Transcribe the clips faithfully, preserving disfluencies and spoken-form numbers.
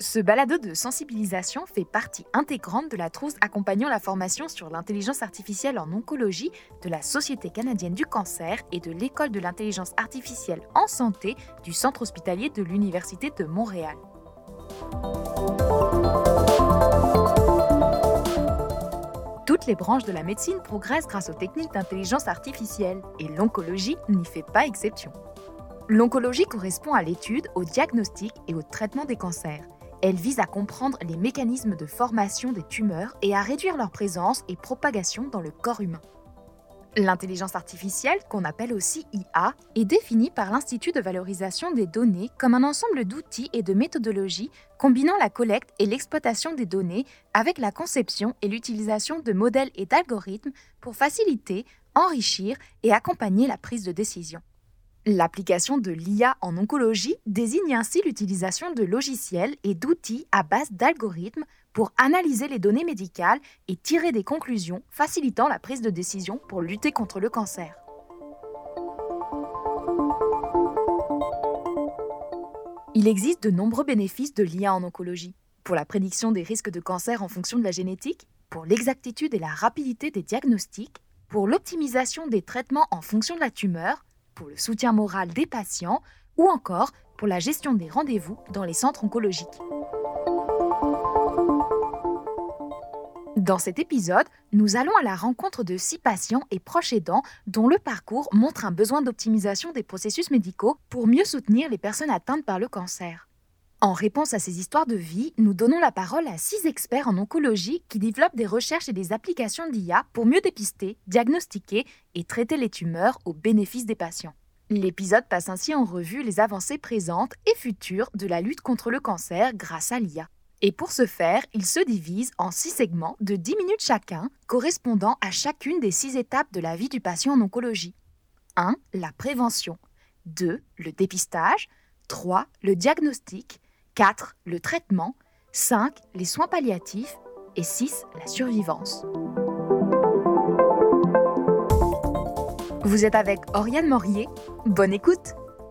Ce balado de sensibilisation fait partie intégrante de la trousse accompagnant la formation sur l'intelligence artificielle en oncologie de la Société canadienne du cancer et de l'École de l'intelligence artificielle en santé du Centre hospitalier de l'Université de Montréal. Toutes les branches de la médecine progressent grâce aux techniques d'intelligence artificielle et l'oncologie n'y fait pas exception. L'oncologie correspond à l'étude, au diagnostic et au traitement des cancers. Elle vise à comprendre les mécanismes de formation des tumeurs et à réduire leur présence et propagation dans le corps humain. L'intelligence artificielle, qu'on appelle aussi I A, est définie par l'Institut de valorisation des données comme un ensemble d'outils et de méthodologies combinant la collecte et l'exploitation des données avec la conception et l'utilisation de modèles et d'algorithmes pour faciliter, enrichir et accompagner la prise de décision. L'application de l'I A en oncologie désigne ainsi l'utilisation de logiciels et d'outils à base d'algorithmes pour analyser les données médicales et tirer des conclusions facilitant la prise de décision pour lutter contre le cancer. Il existe de nombreux bénéfices de l'I A en oncologie, pour la prédiction des risques de cancer en fonction de la génétique, pour l'exactitude et la rapidité des diagnostics, pour l'optimisation des traitements en fonction de la tumeur, pour le soutien moral des patients ou encore pour la gestion des rendez-vous dans les centres oncologiques. Dans cet épisode, nous allons à la rencontre de six patients et proches aidants dont le parcours montre un besoin d'optimisation des processus médicaux pour mieux soutenir les personnes atteintes par le cancer. En réponse à ces histoires de vie, nous donnons la parole à six experts en oncologie qui développent des recherches et des applications d'I A pour mieux dépister, diagnostiquer et traiter les tumeurs au bénéfice des patients. L'épisode passe ainsi en revue les avancées présentes et futures de la lutte contre le cancer grâce à l'I A. Et pour ce faire, il se divise en six segments de dix minutes chacun, correspondant à chacune des six étapes de la vie du patient en oncologie. un. La prévention. deux. Le dépistage. trois. Le diagnostic. quatre. Le traitement. cinq. Les soins palliatifs. Et six. La survivance. Vous êtes avec Oriane Morier. Bonne écoute!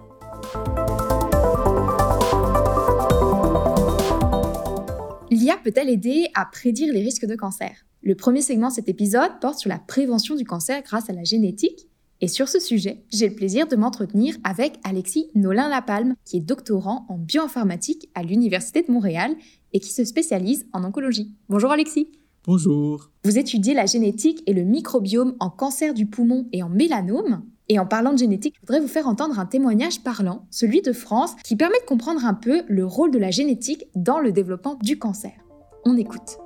L'I A peut-elle aider à prédire les risques de cancer? Le premier segment de cet épisode porte sur la prévention du cancer grâce à la génétique. Et sur ce sujet, j'ai le plaisir de m'entretenir avec Alexis Nolin-Lapalme, qui est doctorant en bioinformatique à l'Université de Montréal et qui se spécialise en oncologie. Bonjour Alexis. Bonjour. Vous étudiez la génétique et le microbiome en cancer du poumon et en mélanome. Et en parlant de génétique, je voudrais vous faire entendre un témoignage parlant, celui de France, qui permet de comprendre un peu le rôle de la génétique dans le développement du cancer. On écoute.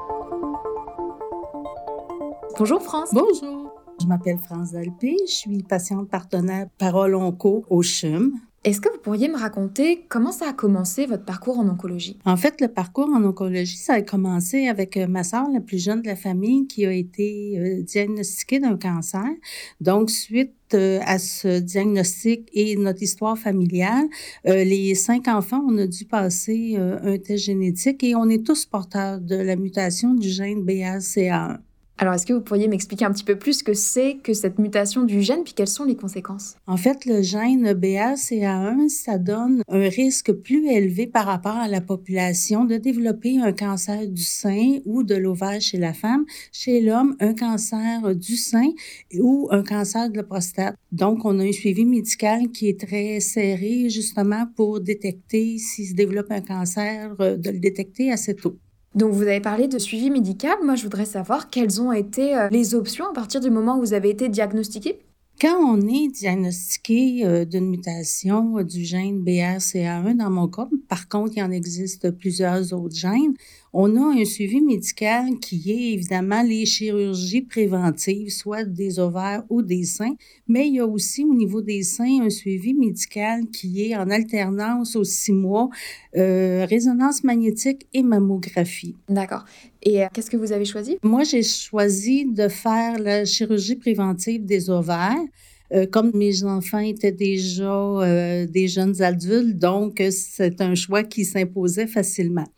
Bonjour France. Bonjour. Je m'appelle France Dalpé, je suis patiente partenaire Parole Onco au C H U M. Est-ce que vous pourriez me raconter comment ça a commencé votre parcours en oncologie? En fait, le parcours en oncologie, ça a commencé avec ma sœur, la plus jeune de la famille, qui a été euh, diagnostiquée d'un cancer. Donc, suite euh, à ce diagnostic et notre histoire familiale, euh, les cinq enfants, on a dû passer euh, un test génétique et on est tous porteurs de la mutation du gène B R C A un. Alors, est-ce que vous pourriez m'expliquer un petit peu plus ce que c'est que cette mutation du gène, puis quelles sont les conséquences? En fait, le gène B R C A un, ça donne un risque plus élevé par rapport à la population de développer un cancer du sein ou de l'ovaire chez la femme, chez l'homme, un cancer du sein ou un cancer de la prostate. Donc, on a un suivi médical qui est très serré, justement, pour détecter s'il se développe un cancer, de le détecter assez tôt. Donc, vous avez parlé de suivi médical. Moi, je voudrais savoir quelles ont été euh, les options à partir du moment où vous avez été diagnostiqué. Quand on est diagnostiqué euh, d'une mutation euh, du gène B R C A un, dans mon cas, par contre, il en existe plusieurs autres gènes, on a un suivi médical qui est évidemment les chirurgies préventives, soit des ovaires ou des seins, mais il y a aussi au niveau des seins un suivi médical qui est en alternance aux six mois, euh, résonance magnétique et mammographie. D'accord. Et euh, qu'est-ce que vous avez choisi? Moi, j'ai choisi de faire la chirurgie préventive des ovaires. Euh, comme mes enfants étaient déjà euh, des jeunes adultes, donc c'est un choix qui s'imposait facilement.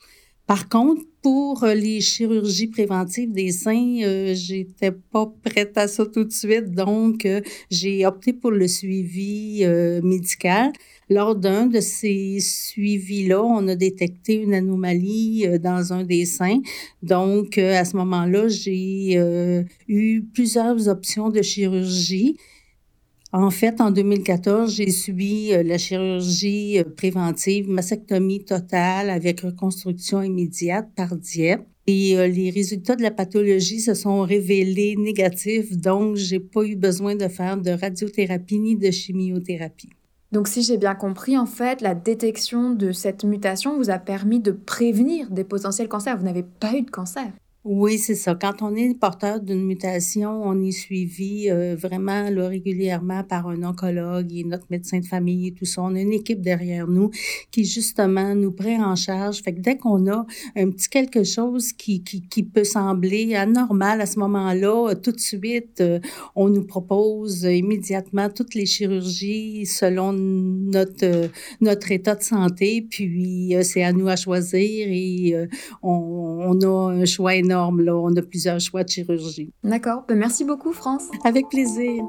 Par contre, pour les chirurgies préventives des seins, euh, j'étais pas prête à ça tout de suite, donc euh, j'ai opté pour le suivi euh, médical. Lors d'un de ces suivis-là, on a détecté une anomalie euh, dans un des seins. Donc, euh, à ce moment-là, j'ai euh, eu plusieurs options de chirurgie. En fait, en deux mille quatorze, j'ai subi euh, la chirurgie euh, préventive, mastectomie totale avec reconstruction immédiate par Dieppe. Et euh, les résultats de la pathologie se sont révélés négatifs, donc j'ai pas eu besoin de faire de radiothérapie ni de chimiothérapie. Donc si j'ai bien compris, en fait, la détection de cette mutation vous a permis de prévenir des potentiels cancers. Vous n'avez pas eu de cancer. Oui, c'est ça. Quand on est porteur d'une mutation, on est suivi euh, vraiment là, régulièrement par un oncologue et notre médecin de famille et tout ça. On a une équipe derrière nous qui, justement, nous prend en charge. Fait que dès qu'on a un petit quelque chose qui, qui, qui peut sembler anormal à ce moment-là, tout de suite, euh, on nous propose immédiatement toutes les chirurgies selon notre, euh, notre état de santé. Puis, euh, c'est à nous à choisir et euh, on, on a un choix énorme. Énorme, là. On a plusieurs choix de chirurgie. D'accord. Ben, merci beaucoup, France. Avec plaisir.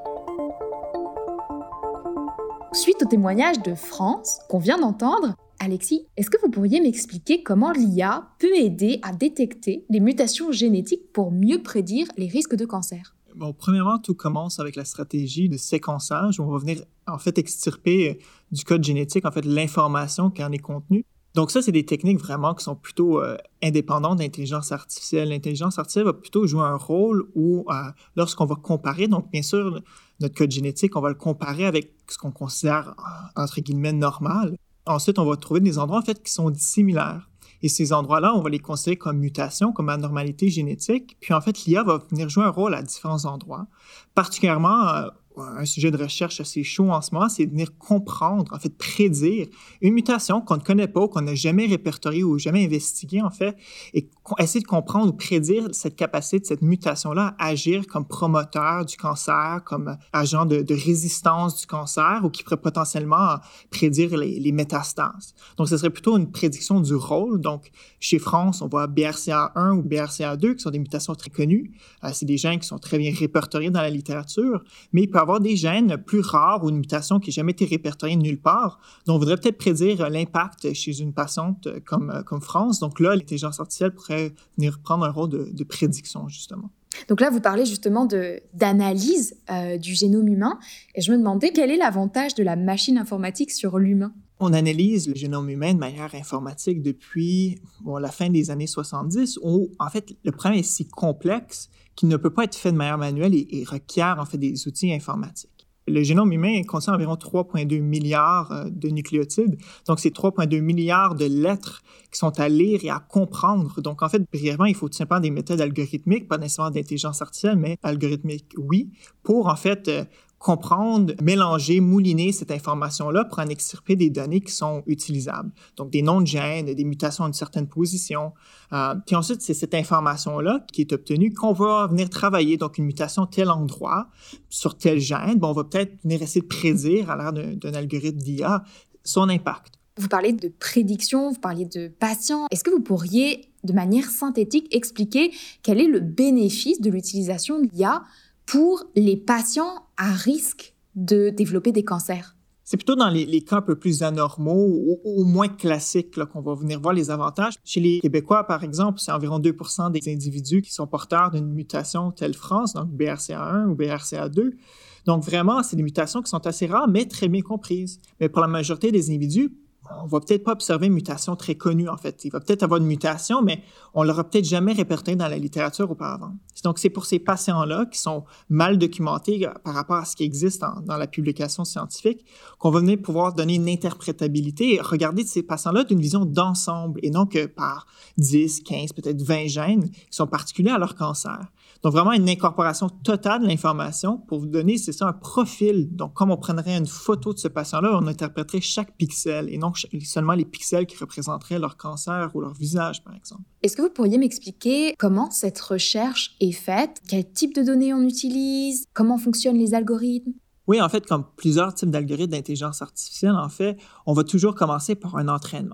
Suite au témoignage de France qu'on vient d'entendre, Alexis, est-ce que vous pourriez m'expliquer comment l'I A peut aider à détecter les mutations génétiques pour mieux prédire les risques de cancer? Bon, premièrement, tout commence avec la stratégie de séquençage où on va venir en fait extirper du code génétique en fait l'information qui en est contenue. Donc ça, c'est des techniques vraiment qui sont plutôt euh, indépendantes de l'intelligence artificielle. L'intelligence artificielle va plutôt jouer un rôle où, euh, lorsqu'on va comparer, donc bien sûr, notre code génétique, on va le comparer avec ce qu'on considère, entre guillemets, normal. Ensuite, on va trouver des endroits, en fait, qui sont dissimilaires. Et ces endroits-là, on va les considérer comme mutations, comme anormalité génétique. Puis en fait, l'I A va venir jouer un rôle à différents endroits. Particulièrement, euh, un sujet de recherche assez chaud en ce moment, c'est de venir comprendre, en fait, prédire une mutation qu'on ne connaît pas, qu'on n'a jamais répertoriée ou jamais investiguée, en fait, et essayer de comprendre ou prédire cette capacité de cette mutation-là à agir comme promoteur du cancer, comme agent de, de résistance du cancer ou qui pourrait potentiellement prédire les, les métastases. Donc, ce serait plutôt une prédiction du rôle. Donc, chez France, on voit B R C A un ou B R C A deux qui sont des mutations très connues. Euh, c'est des gènes qui sont très bien répertoriés dans la littérature, mais il peut y avoir des gènes plus rares ou une mutation qui n'a jamais été répertoriée nulle part. Donc, on voudrait peut-être prédire l'impact chez une patiente comme, comme France. Donc là, l'intelligence artificielle pourrait venir prendre un rôle de, de prédiction, justement. Donc là, vous parlez justement de, d'analyse euh, du génome humain. Et je me demandais quel est l'avantage de la machine informatique sur l'humain? On analyse le génome humain de manière informatique depuis bon, la fin des années soixante-dix, où en fait, le problème est si complexe qu'il ne peut pas être fait de manière manuelle et, et requiert en fait des outils informatiques. Le génome humain contient environ trois virgule deux milliards de nucléotides. Donc, c'est trois virgule deux milliards de lettres qui sont à lire et à comprendre. Donc, en fait, brièvement, il faut tout simplement des méthodes algorithmiques, pas nécessairement d'intelligence artificielle, mais algorithmiques, oui, pour en fait euh, comprendre, mélanger, mouliner cette information-là pour en extirper des données qui sont utilisables. Donc, des noms de gènes, des mutations à une certaine position. Euh, puis ensuite, c'est cette information-là qui est obtenue qu'on va venir travailler. Donc, une mutation tel endroit, sur tel gène, bon, on va peut-être venir essayer de prédire, à l'air d'un, d'un algorithme d'I A, son impact. Vous parlez de prédiction, vous parliez de patients. Est-ce que vous pourriez, de manière synthétique, expliquer quel est le bénéfice de l'utilisation de l'I A pour les patients à risque de développer des cancers? C'est plutôt dans les, les cas un peu plus anormaux ou au moins classiques là, qu'on va venir voir les avantages. Chez les Québécois, par exemple, c'est environ deux pour cent des individus qui sont porteurs d'une mutation telle France, donc B R C A un ou B R C A deux. Donc vraiment, c'est des mutations qui sont assez rares, mais très bien comprises. Mais pour la majorité des individus, on va peut-être pas observer une mutation très connue, en fait. Il va peut-être avoir une mutation, mais on l'aura peut-être jamais répertoriée dans la littérature auparavant. Donc, c'est pour ces patients-là qui sont mal documentés par rapport à ce qui existe en, dans la publication scientifique qu'on va venir pouvoir donner une interprétabilité et regarder ces patients-là d'une vision d'ensemble et non que par dix, quinze, peut-être vingt gènes qui sont particuliers à leur cancer. Donc, vraiment une incorporation totale de l'information pour vous donner, c'est ça, un profil. Donc, comme on prendrait une photo de ce patient-là, on interpréterait chaque pixel et non seulement les pixels qui représenteraient leur cancer ou leur visage, par exemple. Est-ce que vous pourriez m'expliquer comment cette recherche est faite? Quel type de données on utilise? Comment fonctionnent les algorithmes? Oui, en fait, comme plusieurs types d'algorithmes d'intelligence artificielle, en fait, on va toujours commencer par un entraînement.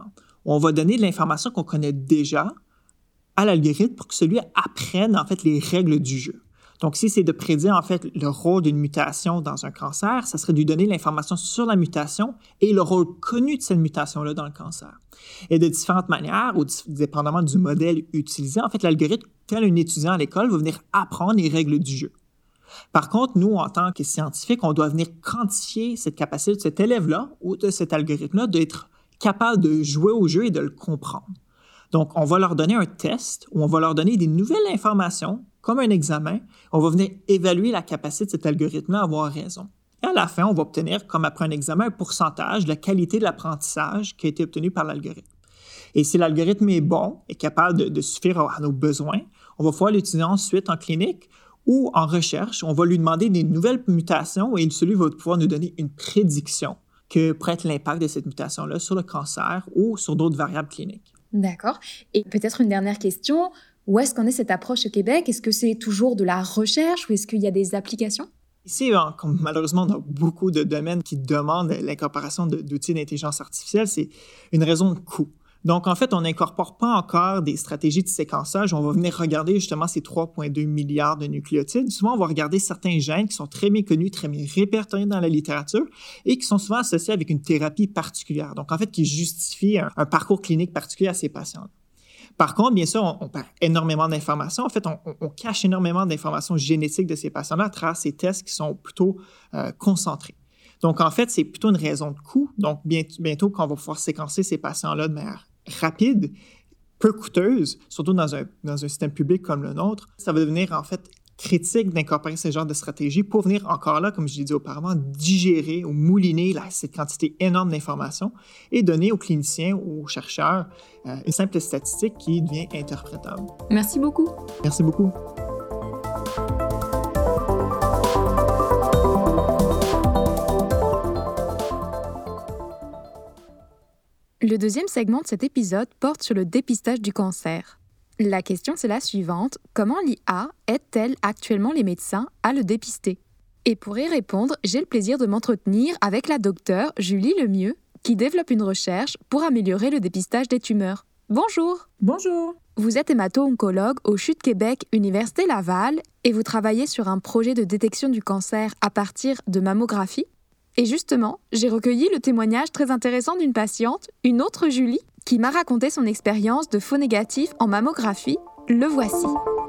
on va donner de l'information qu'on connaît déjà à l'algorithme pour que celui apprenne en fait les règles du jeu. Donc, si c'est de prédire en fait le rôle d'une mutation dans un cancer, ça serait de lui donner l'information sur la mutation et le rôle connu de cette mutation-là dans le cancer. Et de différentes manières, ou dépendamment du modèle utilisé, en fait, l'algorithme, tel un étudiant à l'école, va venir apprendre les règles du jeu. Par contre, nous, en tant que scientifiques, on doit venir quantifier cette capacité de cet élève-là ou de cet algorithme-là d'être capable de jouer au jeu et de le comprendre. Donc, on va leur donner un test où on va leur donner des nouvelles informations, comme un examen. On va venir évaluer la capacité de cet algorithme-là à avoir raison. Et à la fin, on va obtenir, comme après un examen, un pourcentage de la qualité de l'apprentissage qui a été obtenu par l'algorithme. Et si l'algorithme est bon, est capable de, de suffire à nos besoins, on va pouvoir l'utiliser ensuite en clinique ou en recherche. On va lui demander des nouvelles mutations et celui va pouvoir nous donner une prédiction que pourrait être l'impact de cette mutation-là sur le cancer ou sur d'autres variables cliniques. D'accord. Et peut-être une dernière question. Où est-ce qu'en est cette approche au Québec? Est-ce que c'est toujours de la recherche ou est-ce qu'il y a des applications? Ici, comme malheureusement, on a beaucoup de domaines qui demandent l'incorporation d'outils d'intelligence artificielle, c'est une raison de coût. Donc, en fait, on n'incorpore pas encore des stratégies de séquençage. On va venir regarder justement ces trois virgule deux milliards de nucléotides. Souvent, on va regarder certains gènes qui sont très bien connus, très bien répertoriés dans la littérature et qui sont souvent associés avec une thérapie particulière. Donc, en fait, qui justifie un, un parcours clinique particulier à ces patients. Par contre, bien sûr, on, on perd énormément d'informations. En fait, on, on cache énormément d'informations génétiques de ces patients-là à travers ces tests qui sont plutôt euh, concentrés. Donc, en fait, c'est plutôt une raison de coût. Donc, bientôt, bientôt quand on va pouvoir séquencer ces patients-là de manière rapide, peu coûteuse, surtout dans un, dans un système public comme le nôtre, ça va devenir, en fait, critique d'incorporer ce genre de stratégie pour venir encore là, comme je l'ai dit auparavant, digérer ou mouliner là, cette quantité énorme d'informations et donner aux cliniciens, aux chercheurs, euh, une simple statistique qui devient interprétable. Merci beaucoup. Merci beaucoup. Le deuxième segment de cet épisode porte sur le dépistage du cancer. La question, c'est la suivante. Comment l'I A aide-t-elle actuellement les médecins à le dépister? Et pour y répondre, j'ai le plaisir de m'entretenir avec la docteure Julie Lemieux, qui développe une recherche pour améliorer le dépistage des tumeurs. Bonjour! Bonjour! Vous êtes hémato-oncologue au C H U de Québec, Université Laval, et vous travaillez sur un projet de détection du cancer à partir de mammographie. Et justement, j'ai recueilli le témoignage très intéressant d'une patiente, une autre Julie, qui m'a raconté son expérience de faux négatif en mammographie. Le voici.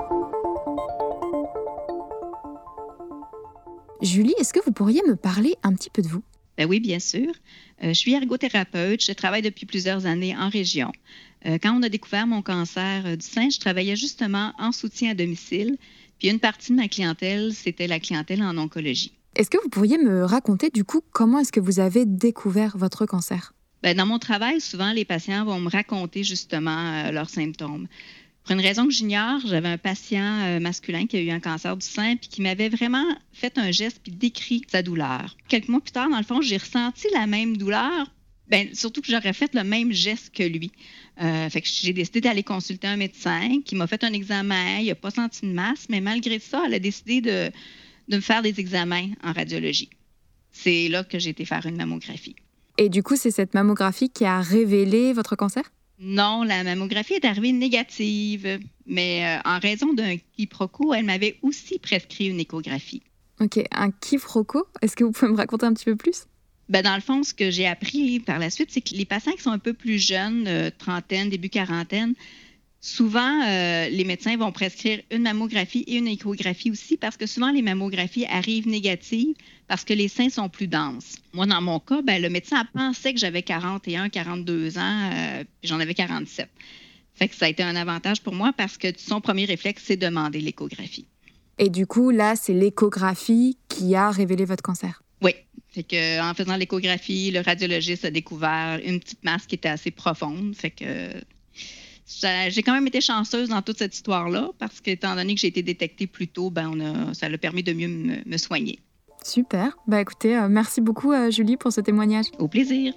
Julie, est-ce que vous pourriez me parler un petit peu de vous? Ben oui, bien sûr. Euh, je suis ergothérapeute. Je travaille depuis plusieurs années en région. Euh, quand on a découvert mon cancer euh, du sein, je travaillais justement en soutien à domicile. Puis une partie de ma clientèle, c'était la clientèle en oncologie. Est-ce que vous pourriez me raconter du coup comment est-ce que vous avez découvert votre cancer? Bien, dans mon travail, souvent, les patients vont me raconter justement euh, leurs symptômes. Pour une raison que j'ignore, j'avais un patient euh, masculin qui a eu un cancer du sein puis qui m'avait vraiment fait un geste puis décrit sa douleur. Quelques mois plus tard, dans le fond, j'ai ressenti la même douleur, bien, surtout que j'aurais fait le même geste que lui. Euh, fait que j'ai décidé d'aller consulter un médecin qui m'a fait un examen. Il n'a pas senti de masse, mais malgré ça, elle a décidé de, de me faire des examens en radiologie. C'est là que j'ai été faire une mammographie. Et du coup, c'est cette mammographie qui a révélé votre cancer? Non, la mammographie est arrivée négative, mais euh, en raison d'un quiproquo, elle m'avait aussi prescrit une échographie. OK, un quiproquo? Est-ce que vous pouvez me raconter un petit peu plus? Ben, dans le fond, ce que j'ai appris par la suite, c'est que les patients qui sont un peu plus jeunes, euh, trentaine, début quarantaine, souvent, euh, les médecins vont prescrire une mammographie et une échographie aussi parce que souvent, les mammographies arrivent négatives parce que les seins sont plus denses. Moi, dans mon cas, ben, le médecin pensait que j'avais quarante et un, quarante-deux ans, euh, puis j'en avais quarante-sept. Fait que ça a été un avantage pour moi parce que son premier réflexe, c'est de demander l'échographie. Et du coup, là, c'est l'échographie qui a révélé votre cancer? Oui. Fait que, en faisant l'échographie, le radiologiste a découvert une petite masse qui était assez profonde. Fait que j'ai quand même été chanceuse dans toute cette histoire-là parce qu'étant donné que j'ai été détectée plus tôt, ben on a, ça a permis de mieux me, me soigner. Super. Bah écoutez, euh, merci beaucoup euh, Julie pour ce témoignage. Au plaisir.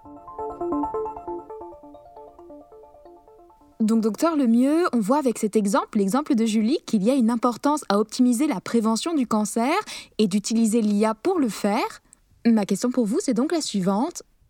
Donc, docteur Lemieux, on voit avec cet exemple, l'exemple de Julie, qu'il y a une importance à optimiser la prévention du cancer et d'utiliser l'I A pour le faire. Ma question pour vous, c'est donc la suivante.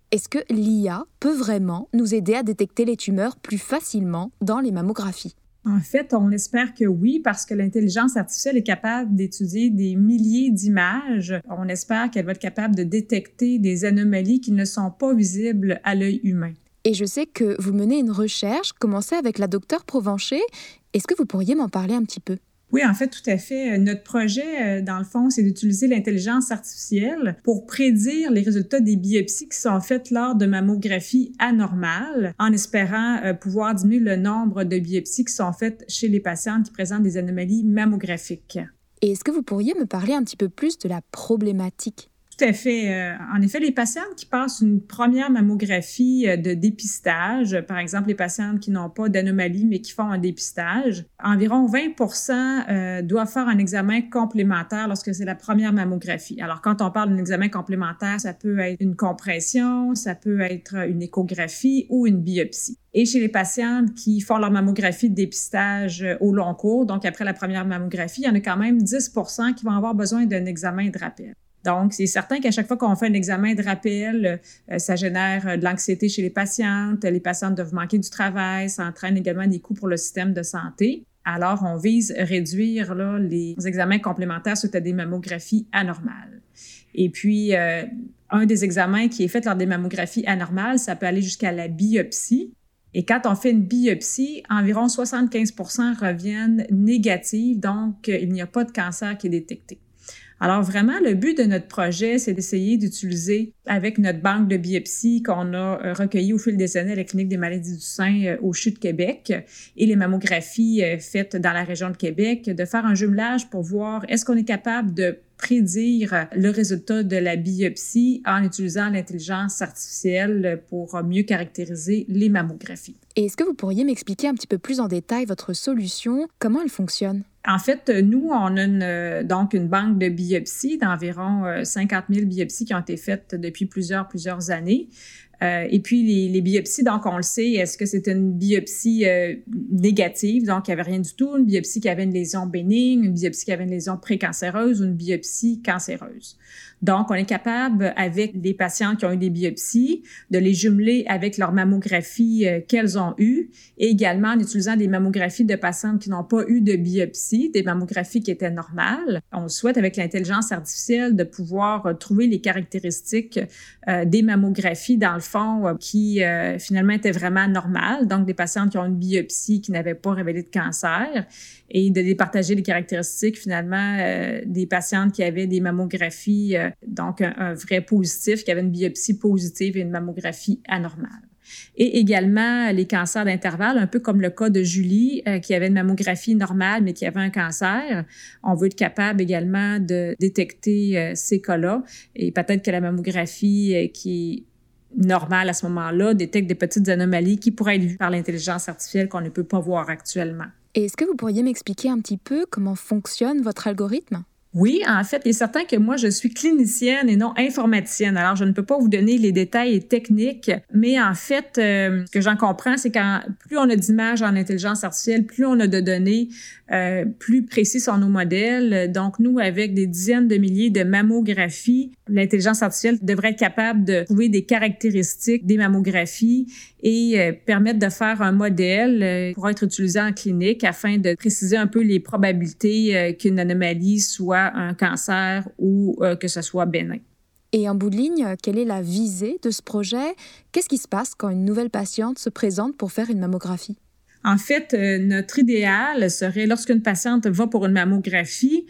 Est-ce que l'I A peut vraiment nous aider à détecter les tumeurs plus facilement dans les mammographies? En fait, on espère que oui, parce que l'intelligence artificielle est capable d'étudier des milliers d'images. On espère qu'elle va être capable de détecter des anomalies qui ne sont pas visibles à l'œil humain. Et je sais que vous menez une recherche commencée avec la docteure Provencher. Est-ce que vous pourriez m'en parler un petit peu? Oui, en fait, tout à fait. Notre projet, dans le fond, c'est d'utiliser l'intelligence artificielle pour prédire les résultats des biopsies qui sont faites lors de mammographies anormales, en espérant euh, pouvoir diminuer le nombre de biopsies qui sont faites chez les patientes qui présentent des anomalies mammographiques. Et est-ce que vous pourriez me parler un petit peu plus de la problématique? Tout à fait. Euh, en effet, les patientes qui passent une première mammographie euh, de dépistage, par exemple les patientes qui n'ont pas d'anomalie mais qui font un dépistage, environ vingt pour cent euh, doivent faire un examen complémentaire lorsque c'est la première mammographie. Alors, quand on parle d'un examen complémentaire, ça peut être une compression, ça peut être une échographie ou une biopsie. Et chez les patientes qui font leur mammographie de dépistage au long cours, donc après la première mammographie, il y en a quand même dix pour cent qui vont avoir besoin d'un examen de rappel. Donc, c'est certain qu'à chaque fois qu'on fait un examen de rappel, euh, ça génère de l'anxiété chez les patientes. Les patientes doivent manquer du travail. Ça entraîne également des coûts pour le système de santé. Alors, on vise à réduire là, les examens complémentaires suite à des mammographies anormales. Et puis, euh, un des examens qui est fait lors des mammographies anormales, ça peut aller jusqu'à la biopsie. Et quand on fait une biopsie, environ soixante-quinze pour cent reviennent négatives, donc il n'y a pas de cancer qui est détecté. Alors vraiment, le but de notre projet, c'est d'essayer d'utiliser avec notre banque de biopsies qu'on a recueillie au fil des années à la Clinique des maladies du sein au C H U de Québec et les mammographies faites dans la région de Québec, de faire un jumelage pour voir est-ce qu'on est capable de prédire le résultat de la biopsie en utilisant l'intelligence artificielle pour mieux caractériser les mammographies. Et est-ce que vous pourriez m'expliquer un petit peu plus en détail votre solution, comment elle fonctionne? En fait, nous, on a une, donc une banque de biopsies d'environ cinquante mille biopsies qui ont été faites depuis plusieurs, plusieurs années. Euh, et puis, les, les biopsies, donc, on le sait, est-ce que c'est une biopsie euh, négative, donc il n'y avait rien du tout, une biopsie qui avait une lésion bénigne, une biopsie qui avait une lésion précancéreuse ou une biopsie cancéreuse. Donc, on est capable, avec des patients qui ont eu des biopsies, de les jumeler avec leur mammographie euh, qu'elles ont eue et également en utilisant des mammographies de patientes qui n'ont pas eu de biopsie, des mammographies qui étaient normales. On souhaite, avec l'intelligence artificielle, de pouvoir euh, trouver les caractéristiques euh, des mammographies, dans le fond, euh, qui euh, finalement étaient vraiment normales. Donc, des patientes qui ont une biopsie qui n'avaient pas révélé de cancer et de départager les caractéristiques, finalement, euh, des patientes qui avaient des mammographies, euh, donc un, un vrai positif, qui avaient une biopsie positive et une mammographie anormale. Et également les cancers d'intervalle, un peu comme le cas de Julie, euh, qui avait une mammographie normale, mais qui avait un cancer. On veut être capable également de détecter euh, ces cas-là. Et peut-être que la mammographie euh, qui est normale à ce moment-là détecte des petites anomalies qui pourraient être vues par l'intelligence artificielle qu'on ne peut pas voir actuellement. Et est-ce que vous pourriez m'expliquer un petit peu comment fonctionne votre algorithme? Oui, en fait, il est certain que moi, je suis clinicienne et non informaticienne. Alors, je ne peux pas vous donner les détails techniques, mais en fait, euh, ce que j'en comprends, c'est que plus on a d'images en intelligence artificielle, plus on a de données, euh, plus précis sont nos modèles. Donc, nous, avec des dizaines de milliers de mammographies, l'intelligence artificielle devrait être capable de trouver des caractéristiques des mammographies et euh, permettre de faire un modèle euh, pour être utilisé en clinique afin de préciser un peu les probabilités euh, qu'une anomalie soit un cancer ou euh, que ce soit bénin. Et en bout de ligne, quelle est la visée de ce projet? Qu'est-ce qui se passe quand une nouvelle patiente se présente pour faire une mammographie? En fait, euh, notre idéal serait lorsqu'une patiente va pour une mammographie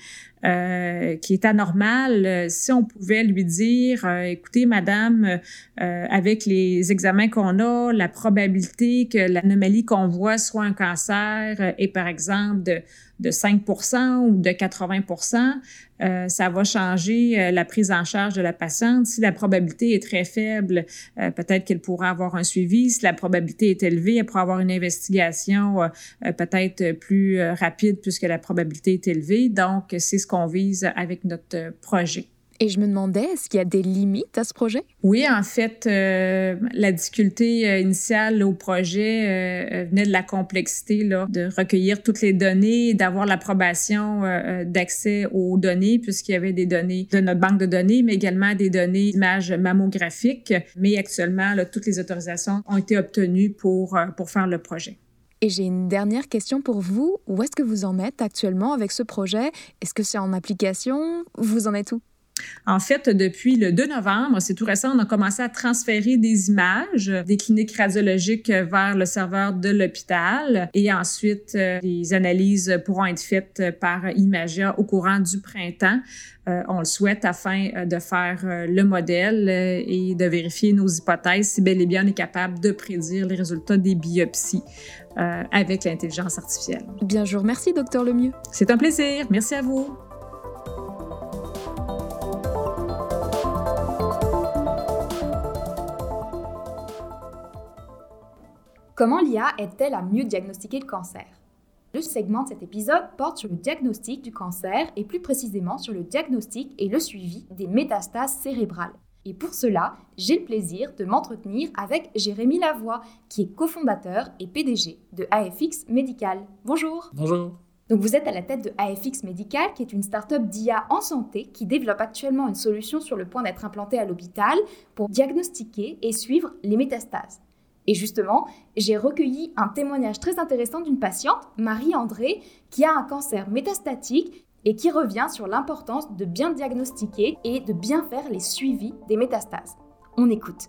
euh, qui est anormale, euh, si on pouvait lui dire euh, « Écoutez, madame, euh, avec les examens qu'on a, la probabilité que l'anomalie qu'on voit soit un cancer est par exemple de, de cinq pour cent ou de quatre-vingts pour cent, euh, ça va changer euh, la prise en charge de la patiente. Si la probabilité est très faible, euh, peut-être qu'elle pourra avoir un suivi. Si la probabilité est élevée, elle pourra avoir une investigation euh, peut-être plus euh, rapide puisque la probabilité est élevée. Donc, c'est ce qu'on vise avec notre projet. Et je me demandais, est-ce qu'il y a des limites à ce projet? Oui, en fait, euh, la difficulté euh, initiale au projet euh, venait de la complexité là, de recueillir toutes les données, d'avoir l'approbation euh, d'accès aux données, puisqu'il y avait des données de notre banque de données, mais également des données d'images mammographiques. Mais actuellement, là, toutes les autorisations ont été obtenues pour, euh, pour faire le projet. Et j'ai une dernière question pour vous. Où est-ce que vous en êtes actuellement avec ce projet? Est-ce que c'est en application? Vous en êtes où? En fait, depuis le deux novembre, c'est tout récent, on a commencé à transférer des images des cliniques radiologiques vers le serveur de l'hôpital et ensuite, euh, les analyses pourront être faites par Imagia au courant du printemps. Euh, on le souhaite afin de faire euh, le modèle euh, et de vérifier nos hypothèses si bel et bien on est capable de prédire les résultats des biopsies euh, avec l'intelligence artificielle. Bien, je vous remercie, docteur Lemieux. C'est un plaisir. Merci à vous. Comment l'I A aide-t-elle à mieux diagnostiquer le cancer? Le segment de cet épisode porte sur le diagnostic du cancer et plus précisément sur le diagnostic et le suivi des métastases cérébrales. Et pour cela, j'ai le plaisir de m'entretenir avec Jérémy Lavoie, qui est cofondateur et P D G de A F X Medical. Bonjour. Bonjour. Donc vous êtes à la tête de A F X Medical, qui est une start-up d'I A en santé qui développe actuellement une solution sur le point d'être implantée à l'hôpital pour diagnostiquer et suivre les métastases. Et justement, j'ai recueilli un témoignage très intéressant d'une patiente, Marie-André, qui a un cancer métastatique et qui revient sur l'importance de bien diagnostiquer et de bien faire les suivis des métastases. On écoute.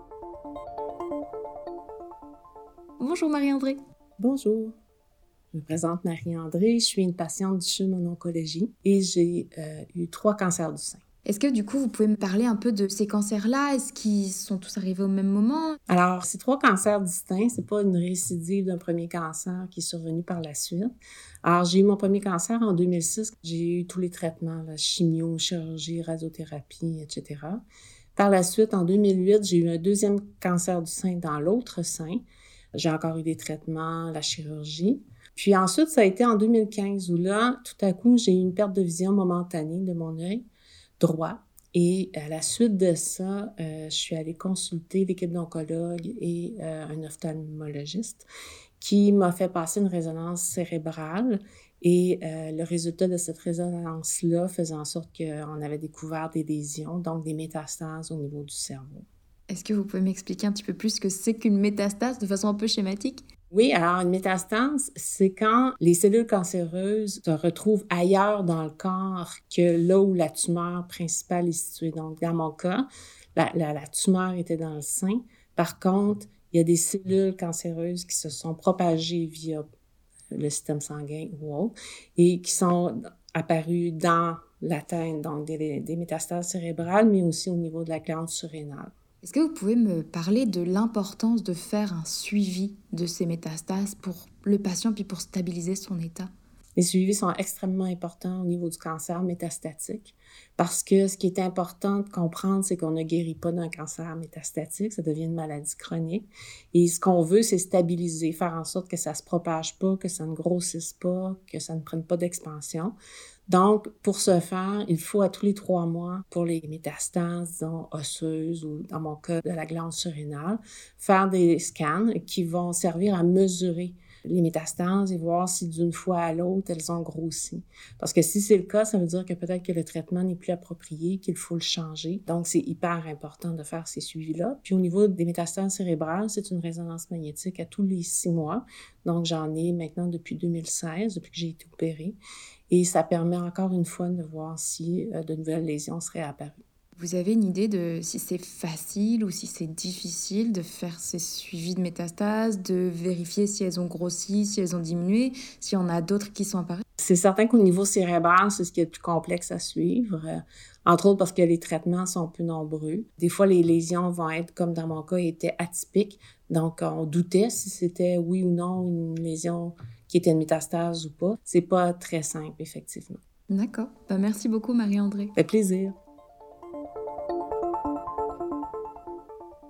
Bonjour Marie-André. Bonjour. Je me présente Marie-André, je suis une patiente du C H U M en oncologie et j'ai euh, eu trois cancers du sein. Est-ce que du coup, vous pouvez me parler un peu de ces cancers-là? Est-ce qu'ils sont tous arrivés au même moment? Alors, ces trois cancers distincts, c'est pas une récidive d'un premier cancer qui est survenu par la suite. Alors, j'ai eu mon premier cancer en deux mille six. J'ai eu tous les traitements, la chimio, chirurgie, radiothérapie, et cetera. Par la suite, en deux mille huit, j'ai eu un deuxième cancer du sein dans l'autre sein. J'ai encore eu des traitements, la chirurgie. Puis ensuite, ça a été en deux mille quinze où là, tout à coup, j'ai eu une perte de vision momentanée de mon œil droit. Et à la suite de ça, euh, je suis allée consulter l'équipe d'oncologues et euh, un ophtalmologiste qui m'a fait passer une résonance cérébrale. Et euh, le résultat de cette résonance-là faisait en sorte qu'on avait découvert des lésions, donc des métastases au niveau du cerveau. Est-ce que vous pouvez m'expliquer un petit peu plus ce que c'est qu'une métastase de façon un peu schématique? Oui, alors une métastase, c'est quand les cellules cancéreuses se retrouvent ailleurs dans le corps que là où la tumeur principale est située. Donc, dans mon cas, la, la, la tumeur était dans le sein. Par contre, il y a des cellules cancéreuses qui se sont propagées via le système sanguin ou autre et qui sont apparues dans la tête, donc des, des métastases cérébrales, mais aussi au niveau de la glande surrénale. Est-ce que vous pouvez me parler de l'importance de faire un suivi de ces métastases pour le patient puis pour stabiliser son état? Les suivis sont extrêmement importants au niveau du cancer métastatique parce que ce qui est important de comprendre, c'est qu'on ne guérit pas d'un cancer métastatique, ça devient une maladie chronique. Et ce qu'on veut, c'est stabiliser, faire en sorte que ça ne se propage pas, que ça ne grossisse pas, que ça ne prenne pas d'expansion. Donc, pour ce faire, il faut à tous les trois mois, pour les métastases, disons, osseuses ou dans mon cas de la glande surrénale, faire des scans qui vont servir à mesurer les métastases et voir si d'une fois à l'autre, elles ont grossi. Parce que si c'est le cas, ça veut dire que peut-être que le traitement n'est plus approprié, qu'il faut le changer. Donc, c'est hyper important de faire ces suivis-là. Puis au niveau des métastases cérébrales, c'est une résonance magnétique à tous les six mois. Donc, j'en ai maintenant depuis deux mille seize, depuis que j'ai été opérée. Et ça permet encore une fois de voir si euh, de nouvelles lésions seraient apparues. Vous avez une idée de si c'est facile ou si c'est difficile de faire ces suivis de métastases, de vérifier si elles ont grossi, si elles ont diminué, s'il y en a d'autres qui sont apparues? C'est certain qu'au niveau cérébral, c'est ce qui est le plus complexe à suivre, euh, entre autres parce que les traitements sont plus nombreux. Des fois, les lésions vont être, comme dans mon cas, étaient atypiques. Donc, on doutait si c'était oui ou non une lésion qui était une métastase ou pas. C'est pas très simple, effectivement. D'accord. Ben, merci beaucoup, Marie-André. Ça fait plaisir.